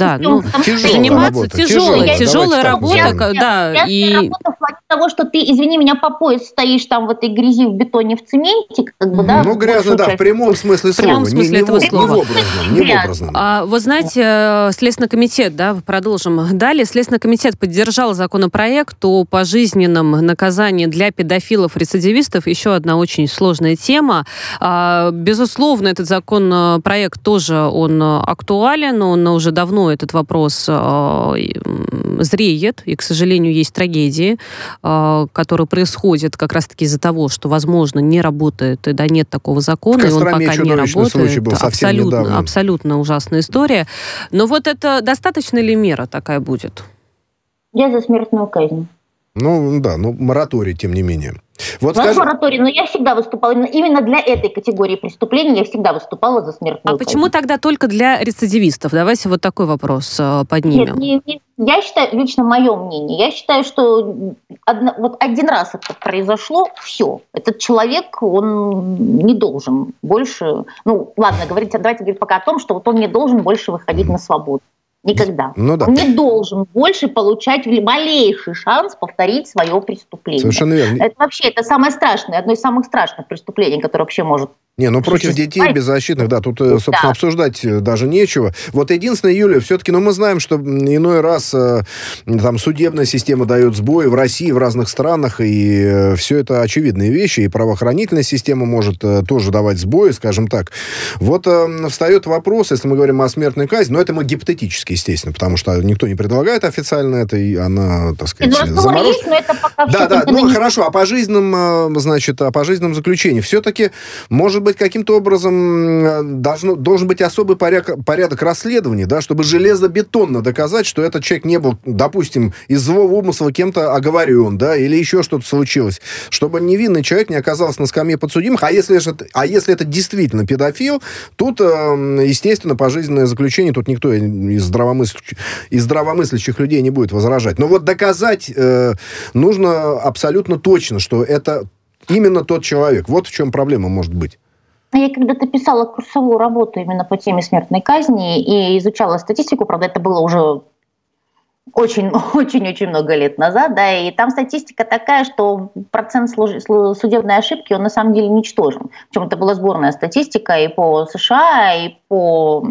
Тяжелая работа. Работа в плане того, что ты, извини меня, по пояс стоишь там в этой грязи, в бетоне, в цементе. Грязно, в прямом смысле слова. Не в образном. Вы знаете, Следственный комитет, продолжим далее. Следственный комитет поддержал законопроект о пожизненном наказании для педофилов-рецидивистов. Еще одна очень сложная тема. Безусловно, этот законопроект тоже он актуален, он уже давно этот вопрос зреет, и, к сожалению, есть трагедии, которые происходят как раз-таки из-за того, что, возможно, не работает, и нет такого закона, и он пока не работает. Абсолютно ужасная история. Но это достаточно ли мера такая будет? Я за смертную казнь. Мораторий, тем не менее. Мораторий, но я всегда выступала именно для этой категории преступлений, я всегда выступала за смертную казнь. Почему тогда только для рецидивистов? Давайте такой вопрос поднимем. Нет, я считаю, лично мое мнение, я считаю, что один раз это произошло, все. Этот человек, он не должен больше... давайте говорить пока о том, что он не должен больше выходить на свободу. Никогда. Ну, да. Он не должен больше получать малейший шанс повторить свое преступление. Совершенно верно. Это вообще это самое страшное, одно из самых страшных преступлений, которое вообще может... Против детей беззащитных, да, тут, собственно, обсуждать даже нечего. Вот единственное, Юлия, все-таки, мы знаем, что иной раз там судебная система дает сбои в России, в разных странах, и все это очевидные вещи, и правоохранительная система может тоже давать сбои, скажем так. Вот встает вопрос, если мы говорим о смертной казни, но это мы гипотетически, естественно, потому что никто не предлагает официально это, и она, так сказать, заморожена. Да, хорошо, о пожизненном заключении. Все-таки, может быть, каким-то образом должен быть особый порядок расследования, да, чтобы железобетонно доказать, что этот человек не был, допустим, из злого умысла кем-то оговорен, да, или еще что-то случилось, чтобы невинный человек не оказался на скамье подсудимых, а если это действительно педофил, тут, естественно, пожизненное заключение, тут никто из здравомыслящих людей не будет возражать. Но вот доказать нужно абсолютно точно, что это именно тот человек. Вот в чем проблема может быть. Я когда-то писала курсовую работу именно по теме смертной казни и изучала статистику, правда, это было уже очень-очень много лет назад, да, и там статистика такая, что процент судебной ошибки, он на самом деле ничтожен. Причем это была сборная статистика и по США, и по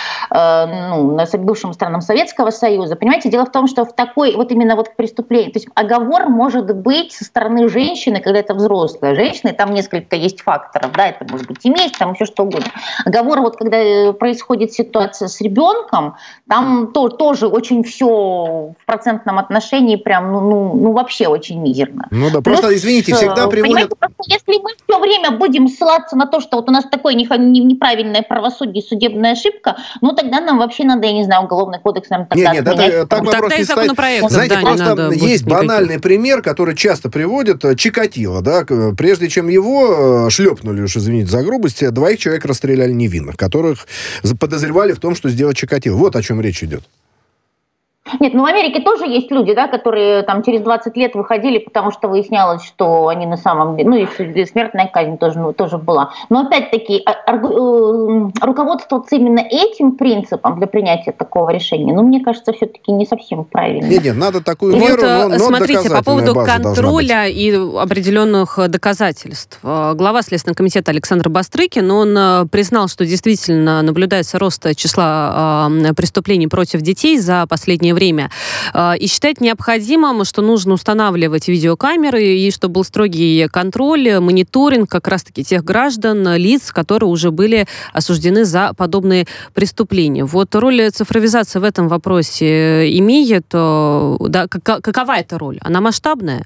бывшим странам Советского Союза. Понимаете, дело в том, что в такой, вот именно вот преступлении, то есть оговор может быть со стороны женщины, когда это взрослая женщина, и там несколько есть факторов, да, это может быть и месть, там еще что угодно. Оговор, вот когда происходит ситуация с ребенком, там тоже очень все в процентном отношении прям, вообще очень мизерно. Ну да, просто, извините, всегда приводят... Просто если мы все время будем ссылаться на то, что вот у нас такое неправильное правосудие, судебная ошибка, тогда нам вообще надо, я не знаю, уголовный кодекс нам тогда отменять. Так вопрос не стоит. Знаете, просто есть банальный пример, который часто приводят, Чикатило, да, прежде чем его шлепнули, уж извините за грубость, 2 человек расстреляли невинных, которых подозревали в том, что сделал Чикатило. Вот о чем речь идет. Нет, в Америке тоже есть люди, да, которые там через 20 лет выходили, потому что выяснялось, что они на самом деле, и смертная казнь тоже была. Но опять-таки руководствоваться именно этим принципом для принятия такого решения, мне кажется, все-таки не совсем правильно. Нет, надо такую меру, но смотрите, по поводу контроля и определенных доказательств. Глава Следственного комитета Александр Бастрыкин, он признал, что действительно наблюдается рост числа преступлений против детей за последнее время. И считает необходимым, что нужно устанавливать видеокамеры, и чтобы был строгий контроль, мониторинг как раз-таки тех граждан, лиц, которые уже были осуждены за подобные преступления. Вот роль цифровизации в этом вопросе имеет, да, какова эта роль? Она масштабная?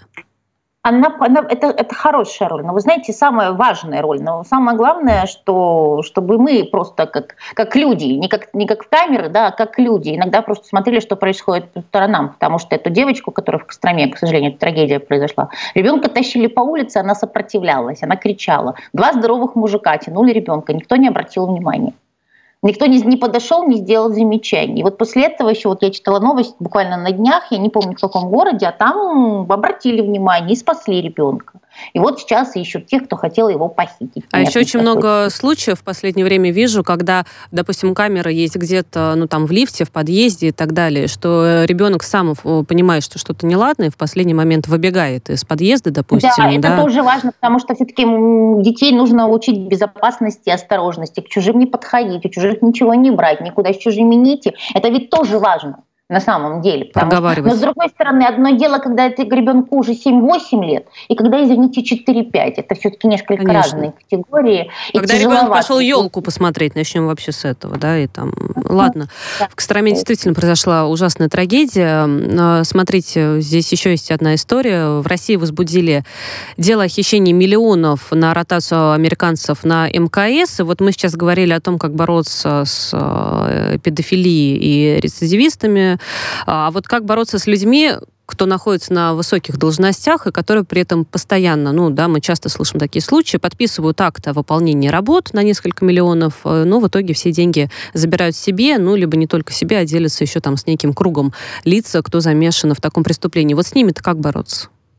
Это хорошая роль, но вы знаете, самая важная роль, но самое главное, чтобы мы просто как люди, не как в камеры, да, а как люди, иногда просто смотрели, что происходит по сторонам, потому что эту девочку, которая в Костроме, к сожалению, трагедия произошла, ребенка тащили по улице, она сопротивлялась, она кричала, 2 здоровых мужика тянули ребенка, никто не обратил внимания. Никто не подошел, не сделал замечаний. И вот после этого еще, я читала новость буквально на днях, я не помню в каком городе, а там обратили внимание и спасли ребенка. И вот сейчас ищут тех, кто хотел его похитить. А еще очень много случаев в последнее время вижу, когда, допустим, камера есть где-то, в лифте, в подъезде и так далее, что ребенок сам понимает, что что-то неладно, и в последний момент выбегает из подъезда, допустим. Да, это тоже важно, потому что все-таки детей нужно учить безопасности и осторожности, к чужим не подходить, у чужих ничего не брать, никуда с чужими не идти. Это ведь тоже важно. На самом деле. Но, с другой стороны, одно дело, когда это ребенку уже 7-8 лет, и когда, извините, 4-5. Это все-таки несколько разные категории. Когда ребенок пошел елку посмотреть, начнем вообще с этого, да, и там... Ладно. В Костроме действительно произошла ужасная трагедия. Смотрите, здесь еще есть одна история. В России возбудили дело о хищении миллионов на ротацию американцев на МКС. И вот мы сейчас говорили о том, как бороться с педофилией и рецидивистами. А вот как бороться с людьми, кто находится на высоких должностях и которые при этом постоянно, мы часто слышим такие случаи, подписывают акт о выполнении работ на несколько миллионов, но в итоге все деньги забирают себе, либо не только себе, а делятся еще с неким кругом лиц, кто замешан в таком преступлении. Вот с ними-то как бороться?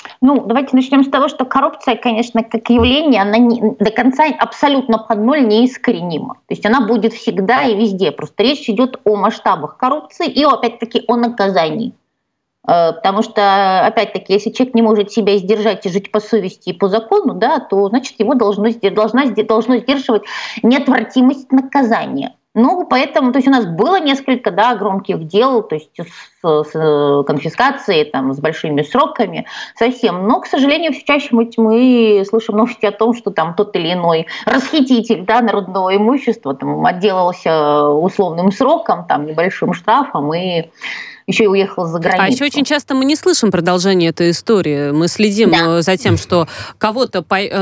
Давайте начнем с того, что коррупция, конечно, как явление, она до конца абсолютно под ноль неискоренима. То есть она будет всегда и везде. Просто речь идет о масштабах коррупции и, опять-таки, о наказании. Потому что, опять-таки, если человек не может себя сдержать и жить по совести и по закону, да, то, значит, его должно сдерживать неотвратимость наказания. Поэтому, то есть у нас было несколько, громких дел, то есть с конфискацией, с большими сроками совсем. Но, к сожалению, все чаще мы слышим новости о том, что тот или иной расхититель народного имущества отделался условным сроком, небольшим штрафом и еще и уехал за границу. А еще очень часто мы не слышим продолжение этой истории. Мы следим за тем, что кого-то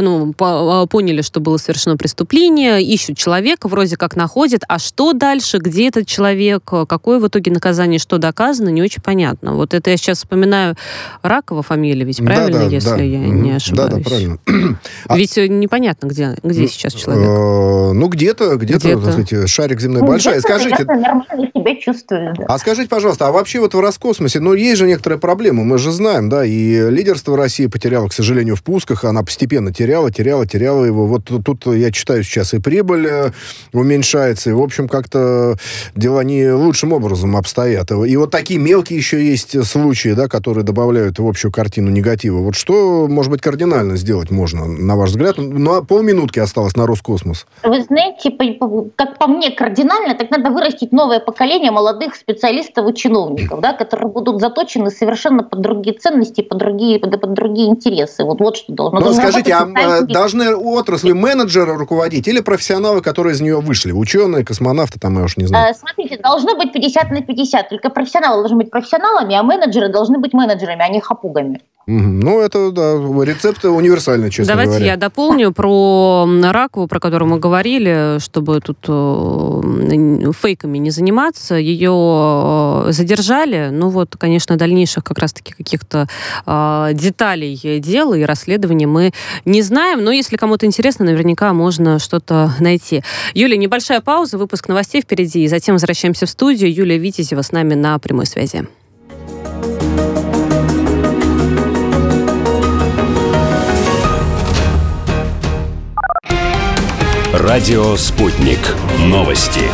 поняли, что было совершено преступление, ищут человека, вроде как находят. А что дальше? Где этот человек? Какое в итоге наказание? Что доказано? Не очень понятно. Вот это я сейчас вспоминаю Ракова фамилия, ведь правильно, если я не ошибаюсь? Да, правильно. Ведь непонятно, где сейчас человек. Где-то, так сказать, шарик земной большой. Скажите, нормально себя чувствую. А скажите, пожалуйста, а вообще в Роскосмосе, есть же некоторые проблемы, мы же знаем, и лидерство России потеряло, к сожалению, в пусках, она постепенно теряла его. Вот тут я читаю сейчас и прибыль уменьшается, и, в общем, как-то дела не лучшим образом обстоят. И вот такие мелкие еще есть случаи, которые добавляют в общую картину негатива. Вот что, может быть, кардинально сделать можно, на ваш взгляд? Полминутки осталось на Роскосмос. Вы знаете, как по мне, кардинально, так надо вырастить новое поколение молодых специалистов и чиновников, которые будут заточены совершенно под другие ценности, под другие интересы. Вот что должно. Скажите, должны отрасли менеджеры руководить или профессионалы, которые из нее вышли? Ученые, космонавты, я уж не знаю. Смотрите, должно быть 50/50. Только профессионалы должны быть профессионалами, а менеджеры должны быть менеджерами, а не хапугами. Это, рецепт универсальный, честно говоря. Давайте я дополню про Ракову, про которую мы говорили, чтобы тут фейками не заниматься. Ее задержали. Конечно, дальнейших как раз-таки каких-то деталей дела и расследования мы не знаем. Но если кому-то интересно, наверняка можно что-то найти. Юлия, небольшая пауза, выпуск новостей впереди, и затем возвращаемся в студию. Юлия Витязева с нами на прямой связи. Радио «Спутник». Новости.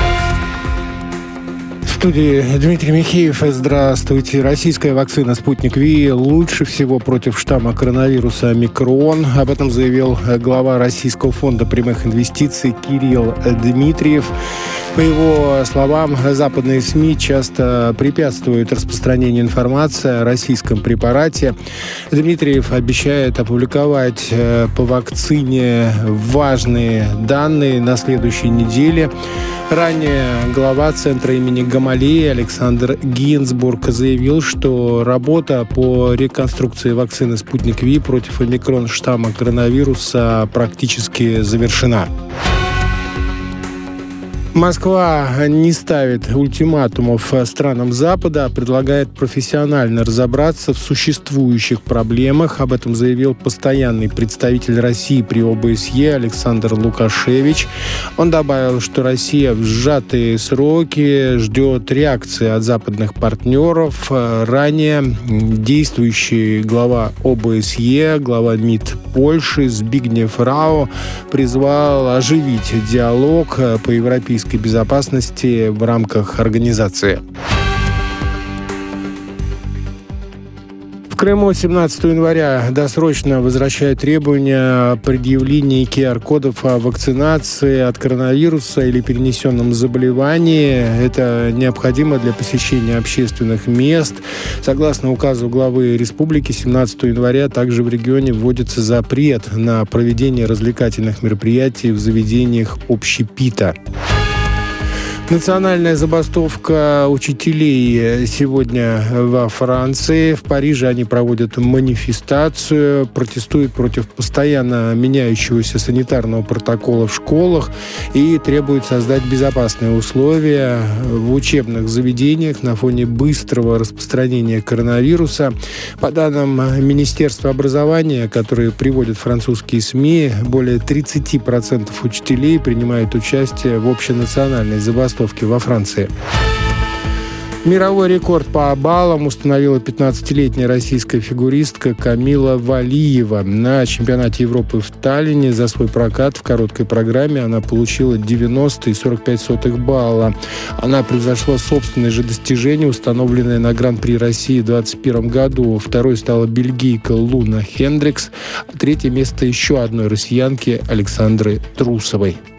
В студии Дмитрий Михеев. Здравствуйте. Российская вакцина «Спутник Ви» лучше всего против штамма коронавируса «Омикрон». Об этом заявил глава Российского фонда прямых инвестиций Кирилл Дмитриев. По его словам, западные СМИ часто препятствуют распространению информации о российском препарате. Дмитриев обещает опубликовать по вакцине важные данные на следующей неделе. Ранее глава Центра имени Гамалеи Александр Гинзбург заявил, что работа по реконструкции вакцины «Спутник Ви» против омикрон штамма коронавируса практически завершена. Москва не ставит ультиматумов странам Запада, а предлагает профессионально разобраться в существующих проблемах. Об этом заявил постоянный представитель России при ОБСЕ Александр Лукашевич. Он добавил, что Россия в сжатые сроки ждет реакции от западных партнеров. Ранее действующий глава ОБСЕ, глава МИД Польши Збигнев Рау призвал оживить диалог по европейской безопасности в рамках организации. В Крыму 17 января досрочно возвращают требования о предъявлении QR-кодов о вакцинации от коронавируса или перенесенном заболевании. Это необходимо для посещения общественных мест. Согласно указу главы республики, 17 января также в регионе вводится запрет на проведение развлекательных мероприятий в заведениях общепита. Национальная забастовка учителей сегодня во Франции. В Париже они проводят манифестацию, протестуют против постоянно меняющегося санитарного протокола в школах и требуют создать безопасные условия в учебных заведениях на фоне быстрого распространения коронавируса. По данным Министерства образования, которые приводят французские СМИ, более 30% учителей принимают участие в общенациональной забастовке во Франции. Мировой рекорд по баллам установила 15-летняя российская фигуристка Камила Валиева. На чемпионате Европы в Таллине за свой прокат в короткой программе она получила 90,45 балла. Она превзошла собственные же достижения, установленные на Гран-при России в 2021 году. Второй стала бельгийка Луна Хендрикс, а третье место еще одной россиянки Александры Трусовой.